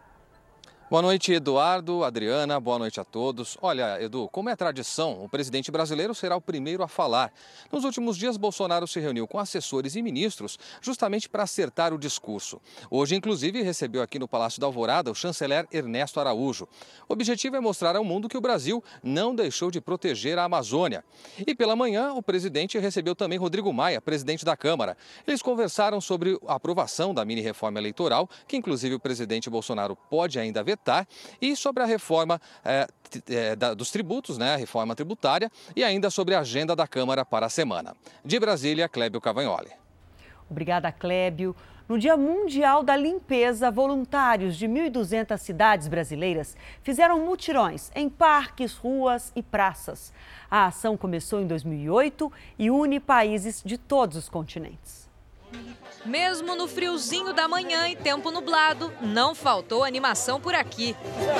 Boa noite, Eduardo, Adriana, boa noite a todos. Olha, Edu, como é tradição, o presidente brasileiro será o primeiro a falar. Nos últimos dias, Bolsonaro se reuniu com assessores e ministros justamente para acertar o discurso. Hoje, inclusive, recebeu aqui no Palácio da Alvorada o chanceler Ernesto Araújo. O objetivo é mostrar ao mundo que o Brasil não deixou de proteger a Amazônia. E pela manhã, o presidente recebeu também Rodrigo Maia, presidente da Câmara. Eles conversaram sobre a aprovação da mini-reforma eleitoral, que inclusive o presidente Bolsonaro pode ainda vetar, e sobre a reforma dos tributos, a reforma tributária, e ainda sobre a agenda da Câmara para a semana. De Brasília, Clébio Cavagnoli. Obrigada, Clébio. No Dia Mundial da Limpeza, voluntários de 1.200 cidades brasileiras fizeram mutirões em parques, ruas e praças. A ação começou em 2008 e une países de todos os continentes. Mesmo no friozinho da manhã e tempo nublado, não faltou animação por aqui.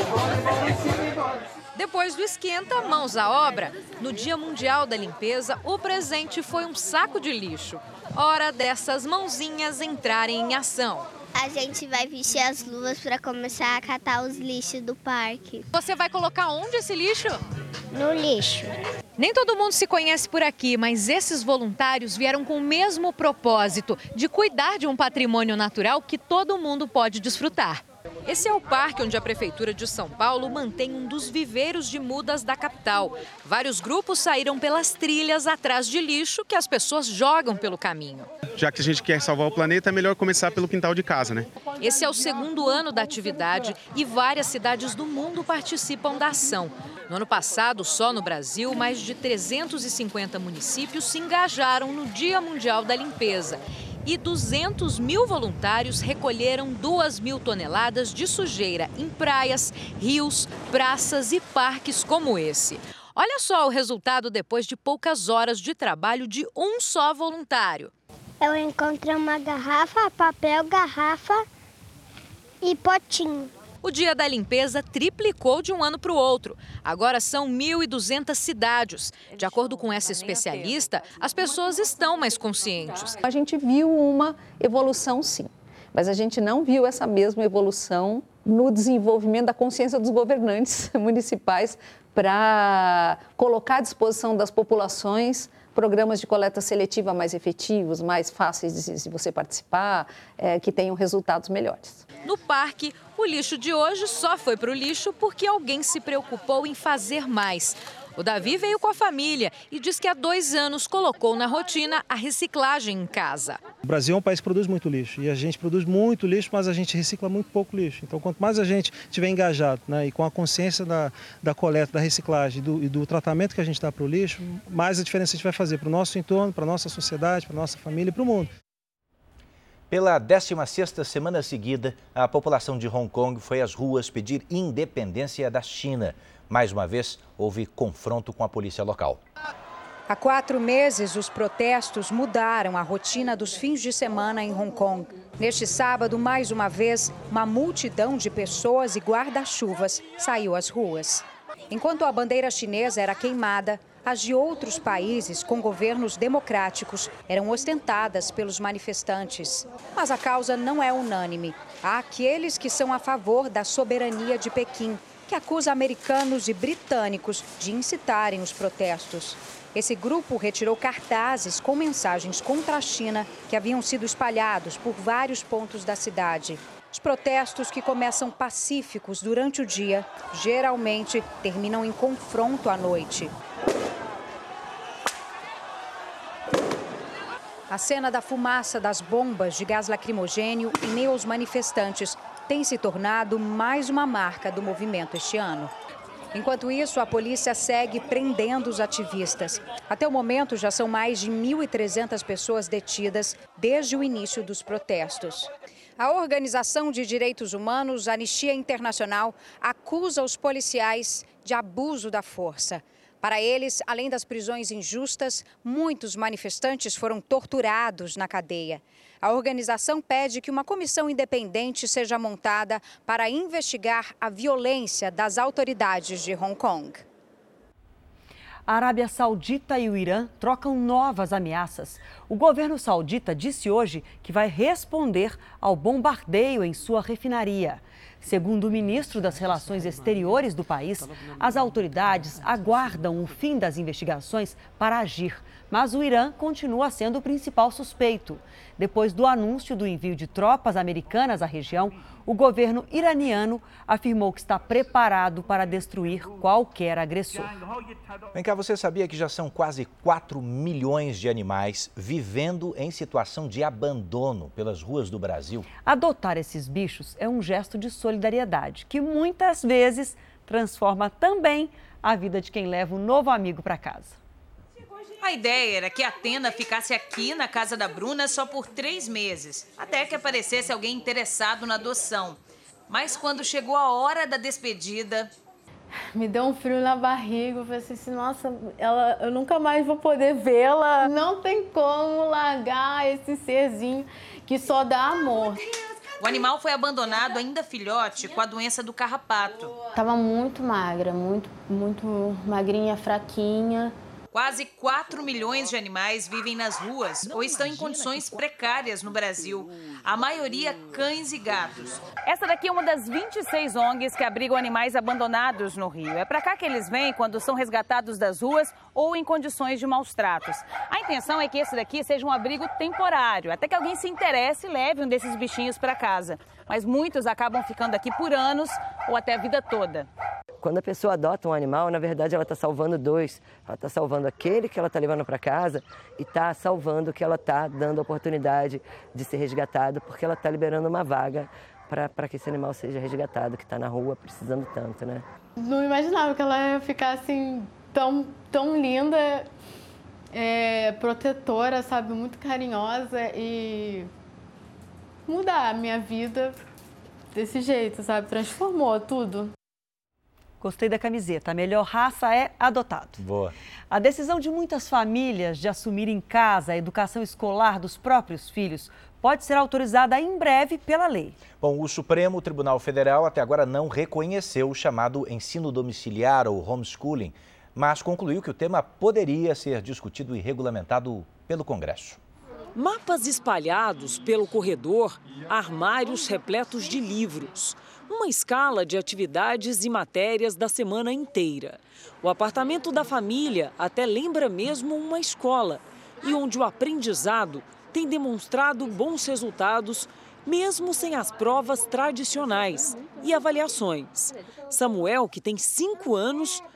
Depois do esquenta, mãos à obra. No Dia Mundial da Limpeza, o presente foi um saco de lixo. Hora dessas mãozinhas entrarem em ação. A gente vai vestir as luvas para começar a catar os lixos do parque. Você vai colocar onde esse lixo? No lixo. Nem todo mundo se conhece por aqui, mas esses voluntários vieram com o mesmo propósito, de cuidar de um patrimônio natural que todo mundo pode desfrutar. Esse é o parque onde a Prefeitura de São Paulo mantém um dos viveiros de mudas da capital. Vários grupos saíram pelas trilhas atrás de lixo que as pessoas jogam pelo caminho. Já que a gente quer salvar o planeta, é melhor começar pelo quintal de casa, né? Esse é o segundo ano da atividade e várias cidades do mundo participam da ação. No ano passado, só no Brasil, mais de 350 municípios se engajaram no Dia Mundial da Limpeza. E 200 mil voluntários recolheram 2.000 toneladas de sujeira em praias, rios, praças e parques como esse. Olha só o resultado depois de poucas horas de trabalho de um só voluntário. Eu encontrei uma garrafa, papel, garrafa e potinho. O Dia da Limpeza triplicou de um ano para o outro. Agora são 1.200 cidades. De acordo com essa especialista, as pessoas estão mais conscientes. A gente viu uma evolução, sim, mas a gente não viu essa mesma evolução no desenvolvimento da consciência dos governantes municipais para colocar à disposição das populações programas de coleta seletiva mais efetivos, mais fáceis de você participar, que tenham resultados melhores. No parque, o lixo de hoje só foi para o lixo porque alguém se preocupou em fazer mais. O Davi veio com a família e diz que há 2 anos colocou na rotina a reciclagem em casa. O Brasil é um país que produz muito lixo e a gente produz muito lixo, mas a gente recicla muito pouco lixo. Então, quanto mais a gente estiver engajado, né, e com a consciência da coleta, da reciclagem e do tratamento que a gente dá para o lixo, mais a diferença a gente vai fazer para o nosso entorno, para a nossa sociedade, para a nossa família e para o mundo. Pela 16ª semana seguida, a população de Hong Kong foi às ruas pedir independência da China. Mais uma vez, houve confronto com a polícia local. Há 4 meses, os protestos mudaram a rotina dos fins de semana em Hong Kong. Neste sábado, mais uma vez, uma multidão de pessoas e guarda-chuvas saiu às ruas. Enquanto a bandeira chinesa era queimada, as de outros países com governos democráticos eram ostentadas pelos manifestantes. Mas a causa não é unânime. Há aqueles que são a favor da soberania de Pequim, que acusa americanos e britânicos de incitarem os protestos. Esse grupo retirou cartazes com mensagens contra a China que haviam sido espalhados por vários pontos da cidade. Os protestos, que começam pacíficos durante o dia, geralmente terminam em confronto à noite. A cena da fumaça das bombas de gás lacrimogênio em meio aos manifestantes tem se tornado mais uma marca do movimento este ano. Enquanto isso, a polícia segue prendendo os ativistas. Até o momento, já são mais de 1.300 pessoas detidas desde o início dos protestos. A Organização de Direitos Humanos, Anistia Internacional, acusa os policiais de abuso da força. Para eles, além das prisões injustas, muitos manifestantes foram torturados na cadeia. A organização pede que uma comissão independente seja montada para investigar a violência das autoridades de Hong Kong. A Arábia Saudita e o Irã trocam novas ameaças. O governo saudita disse hoje que vai responder ao bombardeio em sua refinaria. Segundo o ministro das Relações Exteriores do país, as autoridades aguardam o fim das investigações para agir, mas o Irã continua sendo o principal suspeito. Depois do anúncio do envio de tropas americanas à região, o governo iraniano afirmou que está preparado para destruir qualquer agressor. Vem cá, você sabia que já são quase 4 milhões de animais vivendo em situação de abandono pelas ruas do Brasil? Adotar esses bichos é um gesto de solidariedade que muitas vezes transforma também a vida de quem leva um novo amigo para casa. A ideia era que a Atena ficasse aqui na casa da Bruna só por 3 meses, até que aparecesse alguém interessado na adoção. Mas quando chegou a hora da despedida... Me deu um frio na barriga, eu falei assim, nossa, eu nunca mais vou poder vê-la. Não tem como largar esse serzinho que só dá amor. O animal foi abandonado ainda filhote com a doença do carrapato. Tava muito magra, muito magrinha, fraquinha. Quase 4 milhões de animais vivem nas ruas ou estão em condições precárias no Brasil. A maioria cães e gatos. Essa daqui é uma das 26 ONGs que abrigam animais abandonados no Rio. É para cá que eles vêm quando são resgatados das ruas ou em condições de maus tratos. A intenção é que esse daqui seja um abrigo temporário, até que alguém se interesse e leve um desses bichinhos para casa. Mas muitos acabam ficando aqui por anos ou até a vida toda. Quando a pessoa adota um animal, na verdade ela está salvando 2. Ela está salvando aquele que ela está levando para casa e está salvando que ela está dando a oportunidade de ser resgatado, porque ela está liberando uma vaga para que esse animal seja resgatado, que está na rua precisando tanto, né? Não imaginava que ela ia ficar assim tão linda, protetora, sabe, muito carinhosa e mudar a minha vida desse jeito, sabe? Transformou tudo. Gostei da camiseta. A melhor raça é adotado. Boa. A decisão de muitas famílias de assumir em casa a educação escolar dos próprios filhos pode ser autorizada em breve pela lei. Bom, o Supremo Tribunal Federal até agora não reconheceu o chamado ensino domiciliar ou homeschooling, mas concluiu que o tema poderia ser discutido e regulamentado pelo Congresso. Mapas espalhados pelo corredor, armários repletos de livros. Uma escala de atividades e matérias da semana inteira. O apartamento da família até lembra mesmo uma escola e onde o aprendizado tem demonstrado bons resultados, mesmo sem as provas tradicionais e avaliações. Samuel, que tem 5 anos,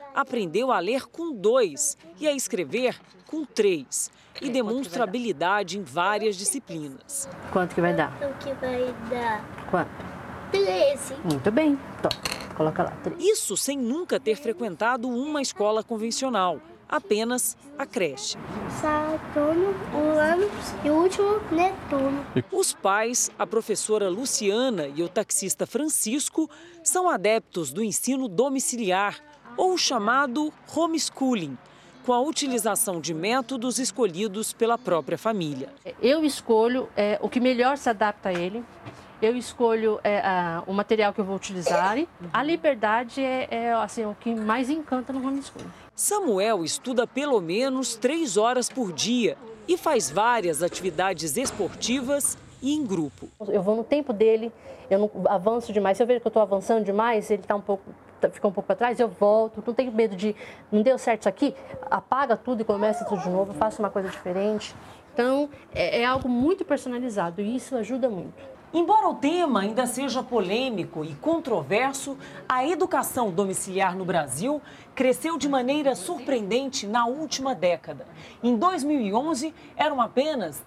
aprendeu a ler com 2 e a escrever com 3 e demonstra habilidade em várias disciplinas. Quanto que vai dar? O que vai dar? Quanto? 13. Muito bem. Então, coloca lá. 13. Isso sem nunca ter frequentado uma escola convencional, apenas a creche. Saturno, Urano e o último, Netuno. Os pais, a professora Luciana e o taxista Francisco, são adeptos do ensino domiciliar, ou chamado homeschooling, com a utilização de métodos escolhidos pela própria família. Eu escolho o que melhor se adapta a ele. Eu escolho o material que eu vou utilizar. A liberdade é assim, o que mais encanta no homeschooling. Samuel estuda pelo menos 3 horas por dia e faz várias atividades esportivas e em grupo. Eu vou no tempo dele, eu não avanço demais. Se eu vejo que eu estou avançando demais, ele fica um pouco para trás, eu volto. Não tenho medo de, não deu certo isso aqui, apaga tudo e começa tudo de novo, faço uma coisa diferente. Então, é algo muito personalizado e isso ajuda muito. Embora o tema ainda seja polêmico e controverso, a educação domiciliar no Brasil cresceu de maneira surpreendente na última década. Em 2011, eram apenas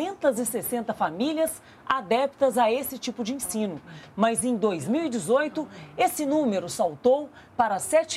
360 famílias adeptas a esse tipo de ensino. Mas em 2018, esse número saltou para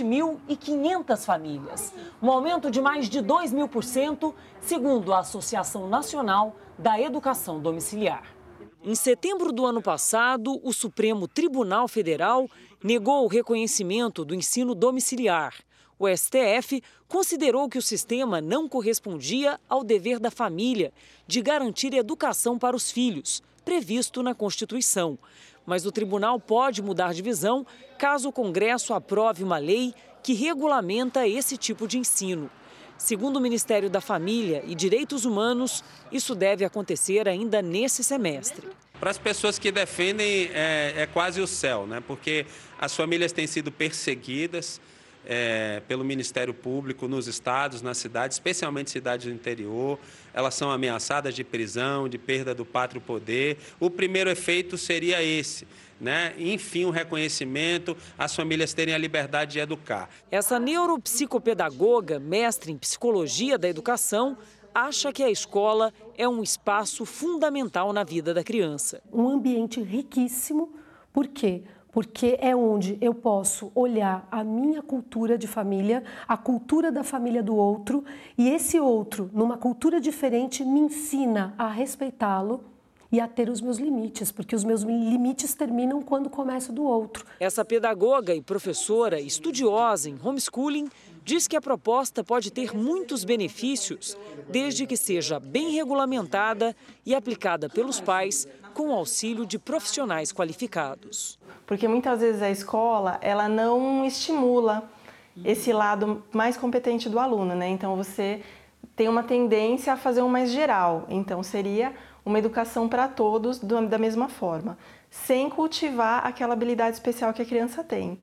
7.500 famílias. Um aumento de mais de 2.000%, segundo a Associação Nacional da Educação Domiciliar. Em setembro do ano passado, o Supremo Tribunal Federal negou o reconhecimento do ensino domiciliar. O STF considerou que o sistema não correspondia ao dever da família de garantir educação para os filhos, previsto na Constituição. Mas o tribunal pode mudar de visão caso o Congresso aprove uma lei que regulamenta esse tipo de ensino. Segundo o Ministério da Família e Direitos Humanos, isso deve acontecer ainda nesse semestre. Para as pessoas que defendem, é quase o céu, né? Porque as famílias têm sido perseguidas pelo Ministério Público nos estados, nas cidades, especialmente cidades do interior. Elas são ameaçadas de prisão, de perda do pátrio poder. O primeiro efeito seria esse, né? Enfim, o reconhecimento, as famílias terem a liberdade de educar. Essa neuropsicopedagoga, mestre em psicologia da educação, acha que a escola é um espaço fundamental na vida da criança. Um ambiente riquíssimo, por quê? Porque é onde eu posso olhar a minha cultura de família, a cultura da família do outro, e esse outro, numa cultura diferente, me ensina a respeitá-lo e a ter os meus limites, porque os meus limites terminam quando começo do outro. Essa pedagoga e professora estudiosa em homeschooling diz que a proposta pode ter muitos benefícios, desde que seja bem regulamentada e aplicada pelos pais com o auxílio de profissionais qualificados. Porque muitas vezes a escola ela não estimula esse lado mais competente do aluno, né? Então você tem uma tendência a fazer um mais geral. Então seria uma educação para todos da mesma forma, sem cultivar aquela habilidade especial que a criança tem.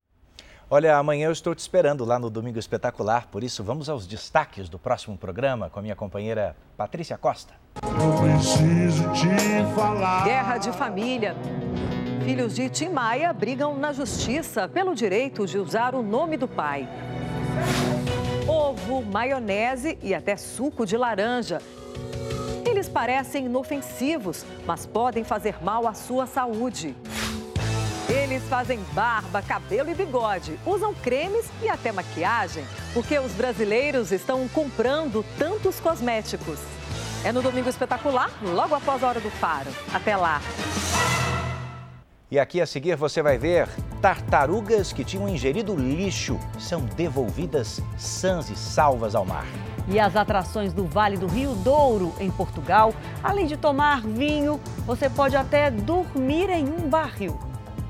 Olha, amanhã eu estou te esperando lá no Domingo Espetacular, por isso vamos aos destaques do próximo programa com a minha companheira Patrícia Costa. Eu preciso te falar. Guerra de família. Filhos de Tim Maia brigam na justiça pelo direito de usar o nome do pai. Ovo, maionese e até suco de laranja. Eles parecem inofensivos, mas podem fazer mal à sua saúde. Eles fazem barba, cabelo e bigode, usam cremes e até maquiagem, porque os brasileiros estão comprando tantos cosméticos. É no Domingo Espetacular, logo após a Hora do Faro. Até lá! E aqui a seguir você vai ver tartarugas que tinham ingerido lixo são devolvidas sãs e salvas ao mar. E as atrações do Vale do Rio Douro, em Portugal, além de tomar vinho, você pode até dormir em um barril.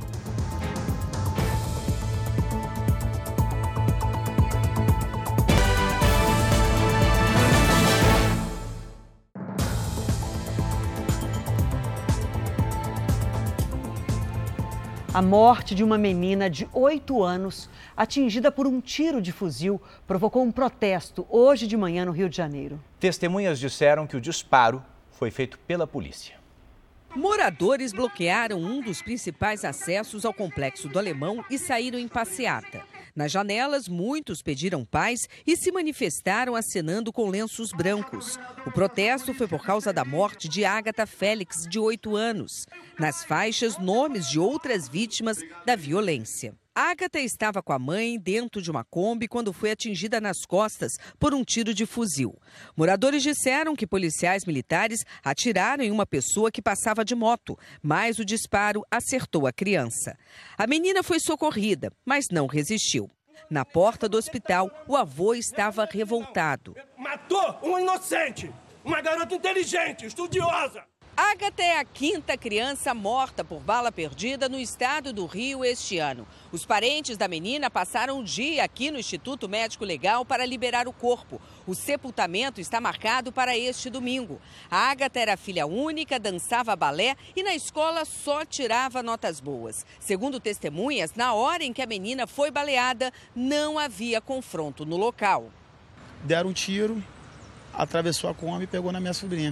A morte de uma menina de 8 anos, atingida por um tiro de fuzil, provocou um protesto hoje de manhã no Rio de Janeiro. Testemunhas disseram que o disparo foi feito pela polícia. Moradores bloquearam um dos principais acessos ao Complexo do Alemão e saíram em passeata. Nas janelas, muitos pediram paz e se manifestaram acenando com lenços brancos. O protesto foi por causa da morte de Agatha Félix, de 8 anos. Nas faixas, nomes de outras vítimas da violência. Agatha estava com a mãe dentro de uma Kombi quando foi atingida nas costas por um tiro de fuzil. Moradores disseram que policiais militares atiraram em uma pessoa que passava de moto, mas o disparo acertou a criança. A menina foi socorrida, mas não resistiu. Na porta do hospital, o avô estava revoltado. Matou um inocente, uma garota inteligente, estudiosa. Agatha é a 5ª criança morta por bala perdida no estado do Rio este ano. Os parentes da menina passaram o dia aqui no Instituto Médico Legal para liberar o corpo. O sepultamento está marcado para este domingo. A Agatha era filha única, dançava balé e na escola só tirava notas boas. Segundo testemunhas, na hora em que a menina foi baleada, não havia confronto no local. Deram um tiro, atravessou a Kombi e pegou na minha sobrinha.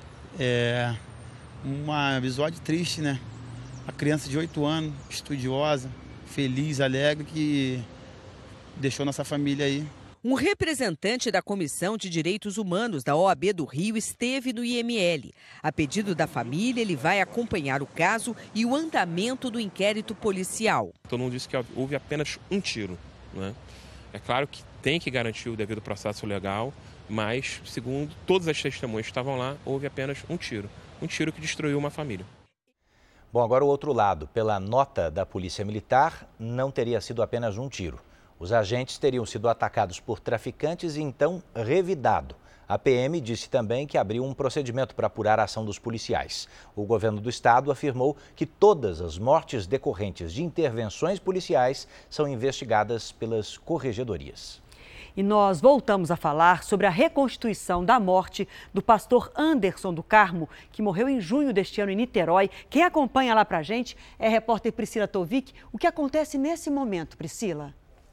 Um episódio triste, né? A criança de 8 anos, estudiosa, feliz, alegre, que deixou nossa família aí. Um representante da Comissão de Direitos Humanos da OAB do Rio esteve no IML. A pedido da família, ele vai acompanhar o caso e o andamento do inquérito policial. Todo mundo disse que houve apenas um tiro, né? É claro que tem que garantir o devido processo legal, mas, segundo todas as testemunhas que estavam lá, houve apenas um tiro. Um tiro que destruiu uma família. Bom, agora o outro lado. Pela nota da Polícia Militar, não teria sido apenas um tiro. Os agentes teriam sido atacados por traficantes e então revidado. A PM disse também que abriu um procedimento para apurar a ação dos policiais. O governo do estado afirmou que todas as mortes decorrentes de intervenções policiais são investigadas pelas corregedorias. E nós voltamos a falar sobre a reconstituição da morte do pastor Anderson do Carmo, que morreu em junho deste ano em Niterói. Quem acompanha lá pra gente é a repórter Priscila Tovic. O que acontece nesse momento, Priscila?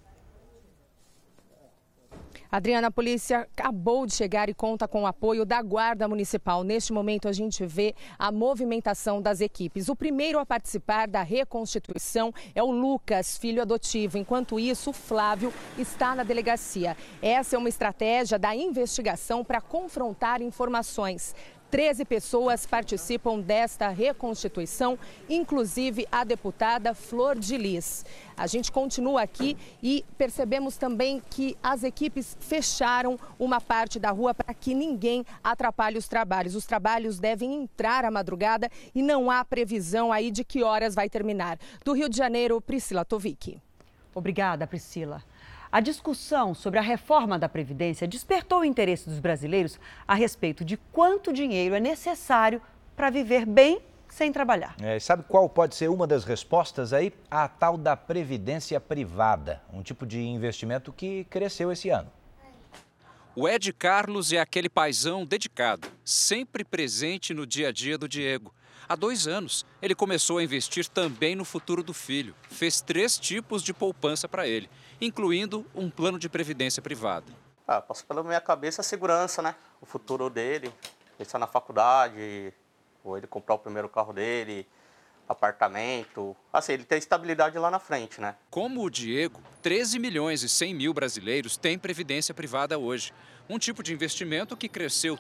Adriana, a polícia acabou de chegar e conta com o apoio da Guarda Municipal. Neste momento, a gente vê a movimentação das equipes. O primeiro a participar da reconstituição é o Lucas, filho adotivo. Enquanto isso, o Flávio está na delegacia. Essa é uma estratégia da investigação para confrontar informações. 13 pessoas participam desta reconstituição, inclusive a deputada Flor de Lis. A gente continua aqui e percebemos também que as equipes fecharam uma parte da rua para que ninguém atrapalhe os trabalhos. Os trabalhos devem entrar à madrugada e não há previsão aí de que horas vai terminar. Do Rio de Janeiro, Priscila Tovic. Obrigada, Priscila. A discussão sobre a reforma da Previdência despertou o interesse dos brasileiros a respeito de quanto dinheiro é necessário para viver bem sem trabalhar. Sabe qual pode ser uma das respostas aí? A tal da Previdência Privada, um tipo de investimento que cresceu esse ano. O Ed Carlos é aquele paizão dedicado, sempre presente no dia a dia do Diego. Há 2 anos, ele começou a investir também no futuro do filho. Fez 3 tipos de poupança para ele, incluindo um plano de previdência privada. Passou pela minha cabeça a segurança, né? O futuro dele, pensar na faculdade, ou ele comprar o primeiro carro dele, apartamento. Assim, ele tem estabilidade lá na frente, né? Como o Diego, 13 milhões e 100 mil brasileiros têm previdência privada hoje. Um tipo de investimento que cresceu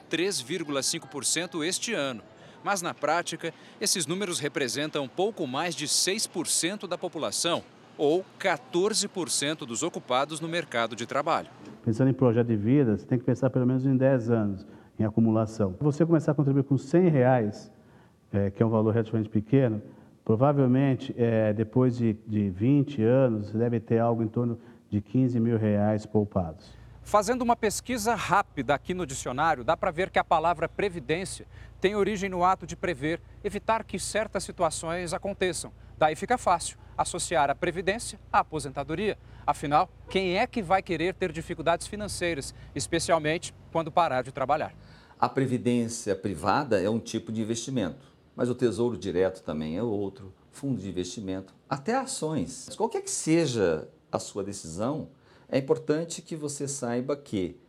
3,5% este ano. Mas, na prática, esses números representam pouco mais de 6% da população, ou 14% dos ocupados no mercado de trabalho. Pensando em projeto de vida, você tem que pensar pelo menos em 10 anos em acumulação. Se você começar a contribuir com R$100, que é um valor relativamente pequeno, provavelmente, depois de 20 anos, você deve ter algo em torno de R$15 mil poupados. Fazendo uma pesquisa rápida aqui no dicionário, dá para ver que a palavra previdência tem origem no ato de prever, evitar que certas situações aconteçam. Daí fica fácil associar a previdência à aposentadoria. Afinal, quem é que vai querer ter dificuldades financeiras, especialmente quando parar de trabalhar? A previdência privada é um tipo de investimento, mas o tesouro direto também é outro, fundo de investimento, até ações. Qualquer que seja a sua decisão, é importante que você saiba que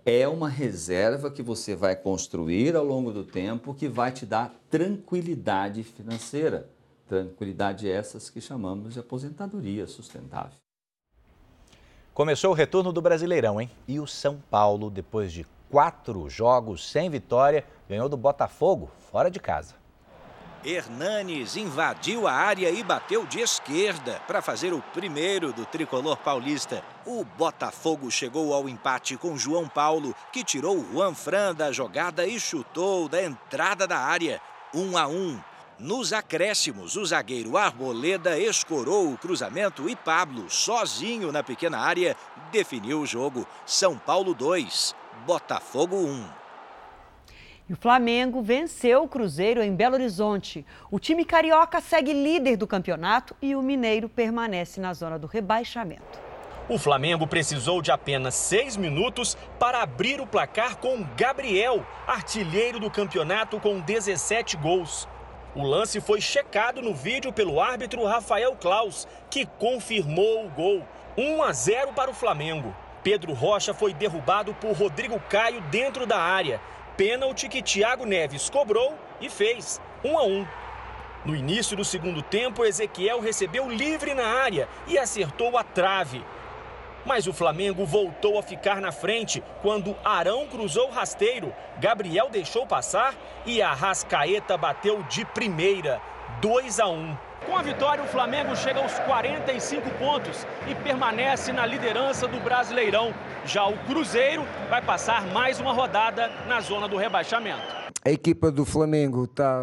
É uma reserva que você vai construir ao longo do tempo que vai te dar tranquilidade financeira. Tranquilidade essas que chamamos de aposentadoria sustentável. Começou o retorno do Brasileirão, hein? E o São Paulo, depois de 4 jogos sem vitória, ganhou do Botafogo fora de casa. Hernanes invadiu a área e bateu de esquerda para fazer o primeiro do tricolor paulista. O Botafogo chegou ao empate com João Paulo, que tirou Juan Fran da jogada e chutou da entrada da área. 1-1. Nos acréscimos, o zagueiro Arboleda escorou o cruzamento e Pablo, sozinho na pequena área, definiu o jogo. São Paulo 2, Botafogo 1. E o Flamengo venceu o Cruzeiro em Belo Horizonte. O time carioca segue líder do campeonato e o mineiro permanece na zona do rebaixamento. O Flamengo precisou de apenas 6 minutos para abrir o placar com Gabriel, artilheiro do campeonato com 17 gols. O lance foi checado no vídeo pelo árbitro Rafael Claus, que confirmou o gol. 1-0 para o Flamengo. Pedro Rocha foi derrubado por Rodrigo Caio dentro da área. Pênalti que Thiago Neves cobrou e fez. 1-1. No início do segundo tempo, Ezequiel recebeu livre na área e acertou a trave. Mas o Flamengo voltou a ficar na frente quando Arão cruzou rasteiro, Gabriel deixou passar e Arrascaeta bateu de primeira. 2-1. Com a vitória, o Flamengo chega aos 45 pontos e permanece na liderança do Brasileirão. Já o Cruzeiro vai passar mais uma rodada na zona do rebaixamento. A equipa do Flamengo está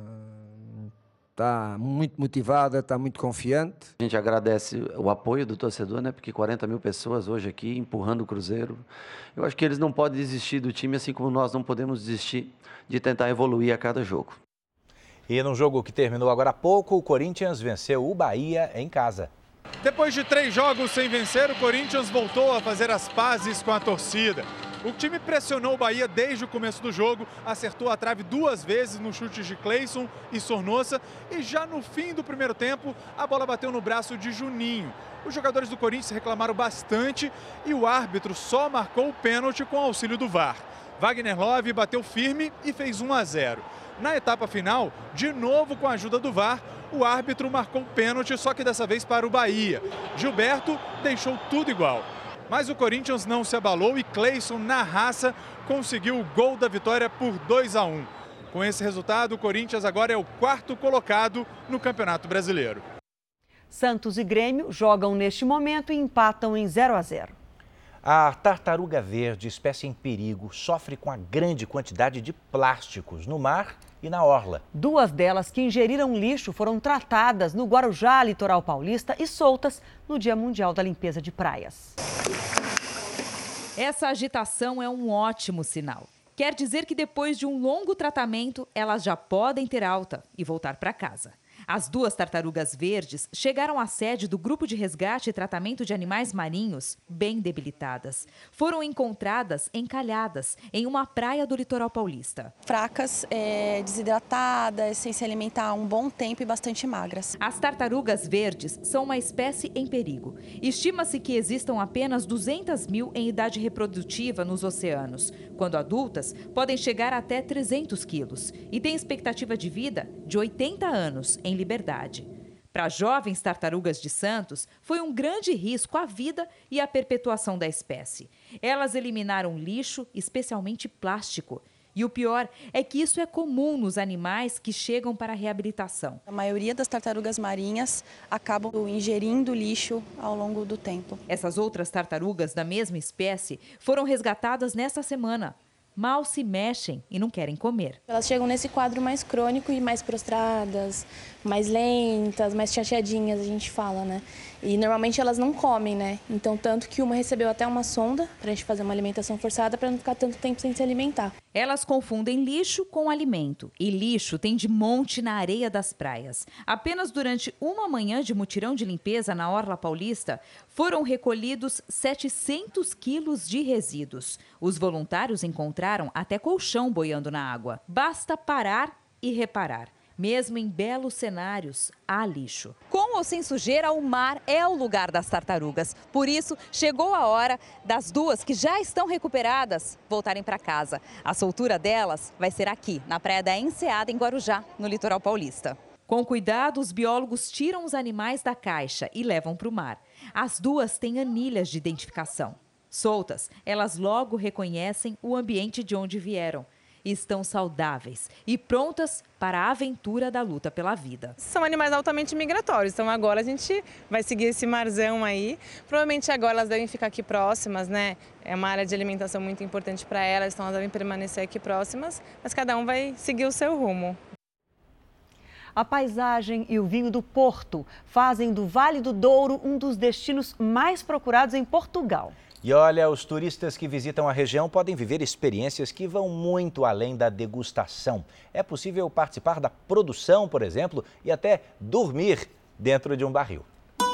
muito motivada, está muito confiante. A gente agradece o apoio do torcedor, né? Porque 40 mil pessoas hoje aqui empurrando o Cruzeiro. Eu acho que eles não podem desistir do time, assim como nós não podemos desistir de tentar evoluir a cada jogo. E no jogo que terminou agora há pouco, o Corinthians venceu o Bahia em casa. Depois de 3 jogos sem vencer, o Corinthians voltou a fazer as pazes com a torcida. O time pressionou o Bahia desde o começo do jogo, acertou a trave 2 vezes no chute de Cleison e Sornosa e já no fim do primeiro tempo, a bola bateu no braço de Juninho. Os jogadores do Corinthians reclamaram bastante e o árbitro só marcou o pênalti com auxílio do VAR. Wagner Love bateu firme e fez 1-0. Na etapa final, de novo com a ajuda do VAR, o árbitro marcou um pênalti, só que dessa vez para o Bahia. Gilberto deixou tudo igual. Mas o Corinthians não se abalou e Cleison, na raça, conseguiu o gol da vitória por 2-1. Com esse resultado, o Corinthians agora é o 4º colocado no Campeonato Brasileiro. Santos e Grêmio jogam neste momento e empatam em 0-0. A tartaruga verde, espécie em perigo, sofre com a grande quantidade de plásticos no mar e na orla. 2 delas que ingeriram lixo foram tratadas no Guarujá, litoral paulista, e soltas no Dia Mundial da Limpeza de Praias. Essa agitação é um ótimo sinal. Quer dizer que depois de um longo tratamento, elas já podem ter alta e voltar para casa. As 2 tartarugas verdes chegaram à sede do Grupo de Resgate e Tratamento de Animais Marinhos bem debilitadas. Foram encontradas encalhadas em uma praia do litoral paulista. Fracas, desidratadas, sem se alimentar há um bom tempo e bastante magras. As tartarugas verdes são uma espécie em perigo. Estima-se que existam apenas 200 mil em idade reprodutiva nos oceanos. Quando adultas, podem chegar até 300 quilos e têm expectativa de vida de 80 anos em liberdade. Para jovens tartarugas de Santos, foi um grande risco à vida e à perpetuação da espécie. Elas eliminaram lixo, especialmente plástico. E o pior é que isso é comum nos animais que chegam para a reabilitação. A maioria das tartarugas marinhas acabam ingerindo lixo ao longo do tempo. Essas outras tartarugas da mesma espécie foram resgatadas nesta semana. Mal se mexem e não querem comer. Elas chegam nesse quadro mais crônico e mais prostradas, mais lentas, mais chateadinhas, a gente fala, né? E normalmente elas não comem, né? Então, tanto que uma recebeu até uma sonda para a gente fazer uma alimentação forçada para não ficar tanto tempo sem se alimentar. Elas confundem lixo com alimento. E lixo tem de monte na areia das praias. Apenas durante uma manhã de mutirão de limpeza na Orla Paulista, foram recolhidos 700 quilos de resíduos. Os voluntários encontraram até colchão boiando na água. Basta parar e reparar. Mesmo em belos cenários, há lixo. Com ou sem sujeira, o mar é o lugar das tartarugas. Por isso, chegou a hora das 2 que já estão recuperadas voltarem para casa. A soltura delas vai ser aqui, na Praia da Enseada, em Guarujá, no litoral paulista. Com cuidado, os biólogos tiram os animais da caixa e levam para o mar. As 2 têm anilhas de identificação. Soltas, elas logo reconhecem o ambiente de onde vieram. Estão saudáveis e prontas para a aventura da luta pela vida. São animais altamente migratórios, então agora a gente vai seguir esse marzão aí. Provavelmente agora elas devem ficar aqui próximas, né? É uma área de alimentação muito importante para elas, então elas devem permanecer aqui próximas, mas cada um vai seguir o seu rumo. A paisagem e o vinho do Porto fazem do Vale do Douro um dos destinos mais procurados em Portugal. E olha, os turistas que visitam a região podem viver experiências que vão muito além da degustação. É possível participar da produção, por exemplo, e até dormir dentro de um barril.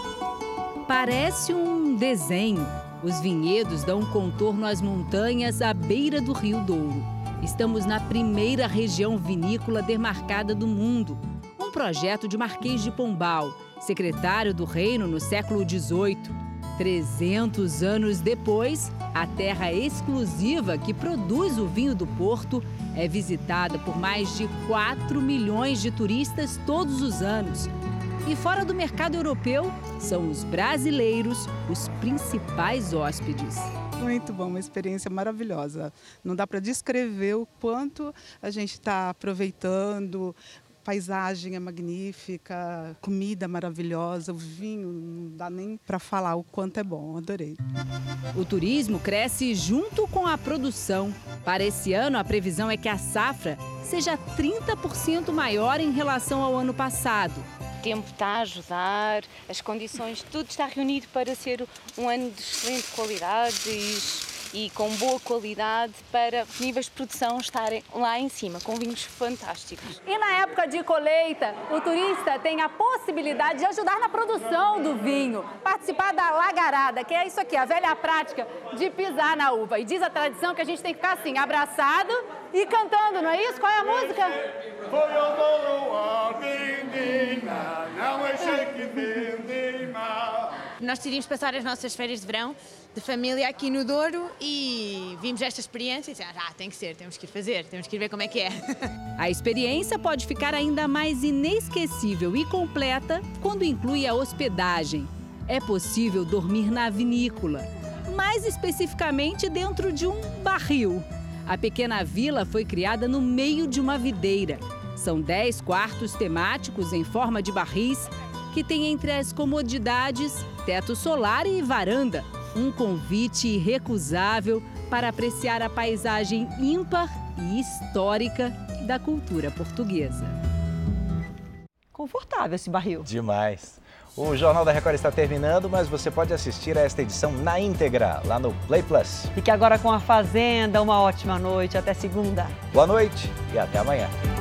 Parece um desenho. Os vinhedos dão um contorno às montanhas à beira do Rio Douro. Estamos na primeira região vinícola demarcada do mundo. Um projeto de Marquês de Pombal, secretário do reino no século XVIII. 300 anos depois, a terra exclusiva que produz o vinho do Porto é visitada por mais de 4 milhões de turistas todos os anos. E fora do mercado europeu, são os brasileiros os principais hóspedes. Muito bom, uma experiência maravilhosa. Não dá para descrever o quanto a gente está aproveitando. Paisagem é magnífica, comida maravilhosa, o vinho não dá nem para falar o quanto é bom, adorei. O turismo cresce junto com a produção. Para esse ano, a previsão é que a safra seja 30% maior em relação ao ano passado. O tempo está a ajudar, as condições, tudo está reunido para ser um ano de excelente qualidade e com boa qualidade para os níveis de produção estarem lá em cima, com vinhos fantásticos. E na época de colheita, o turista tem a possibilidade de ajudar na produção do vinho, participar da lagarada, que é isso aqui, a velha prática de pisar na uva. E diz a tradição que a gente tem que ficar assim, abraçado e cantando, não é isso? Qual é a música? Nós decidimos passar as nossas férias de verão de família aqui no Douro e vimos esta experiência e dissemos, tem que ser, temos que ir fazer, temos que ir ver como é que é. A experiência pode ficar ainda mais inesquecível e completa quando inclui a hospedagem. É possível dormir na vinícola, mais especificamente dentro de um barril. A pequena vila foi criada no meio de uma videira. São 10 quartos temáticos em forma de barris que têm entre as comodidades teto solar e varanda. Um convite irrecusável para apreciar a paisagem ímpar e histórica da cultura portuguesa. Confortável esse barril. Demais. O Jornal da Record está terminando, mas você pode assistir a esta edição na íntegra, lá no Play Plus. Fique agora com a Fazenda. Uma ótima noite. Até segunda. Boa noite e até amanhã.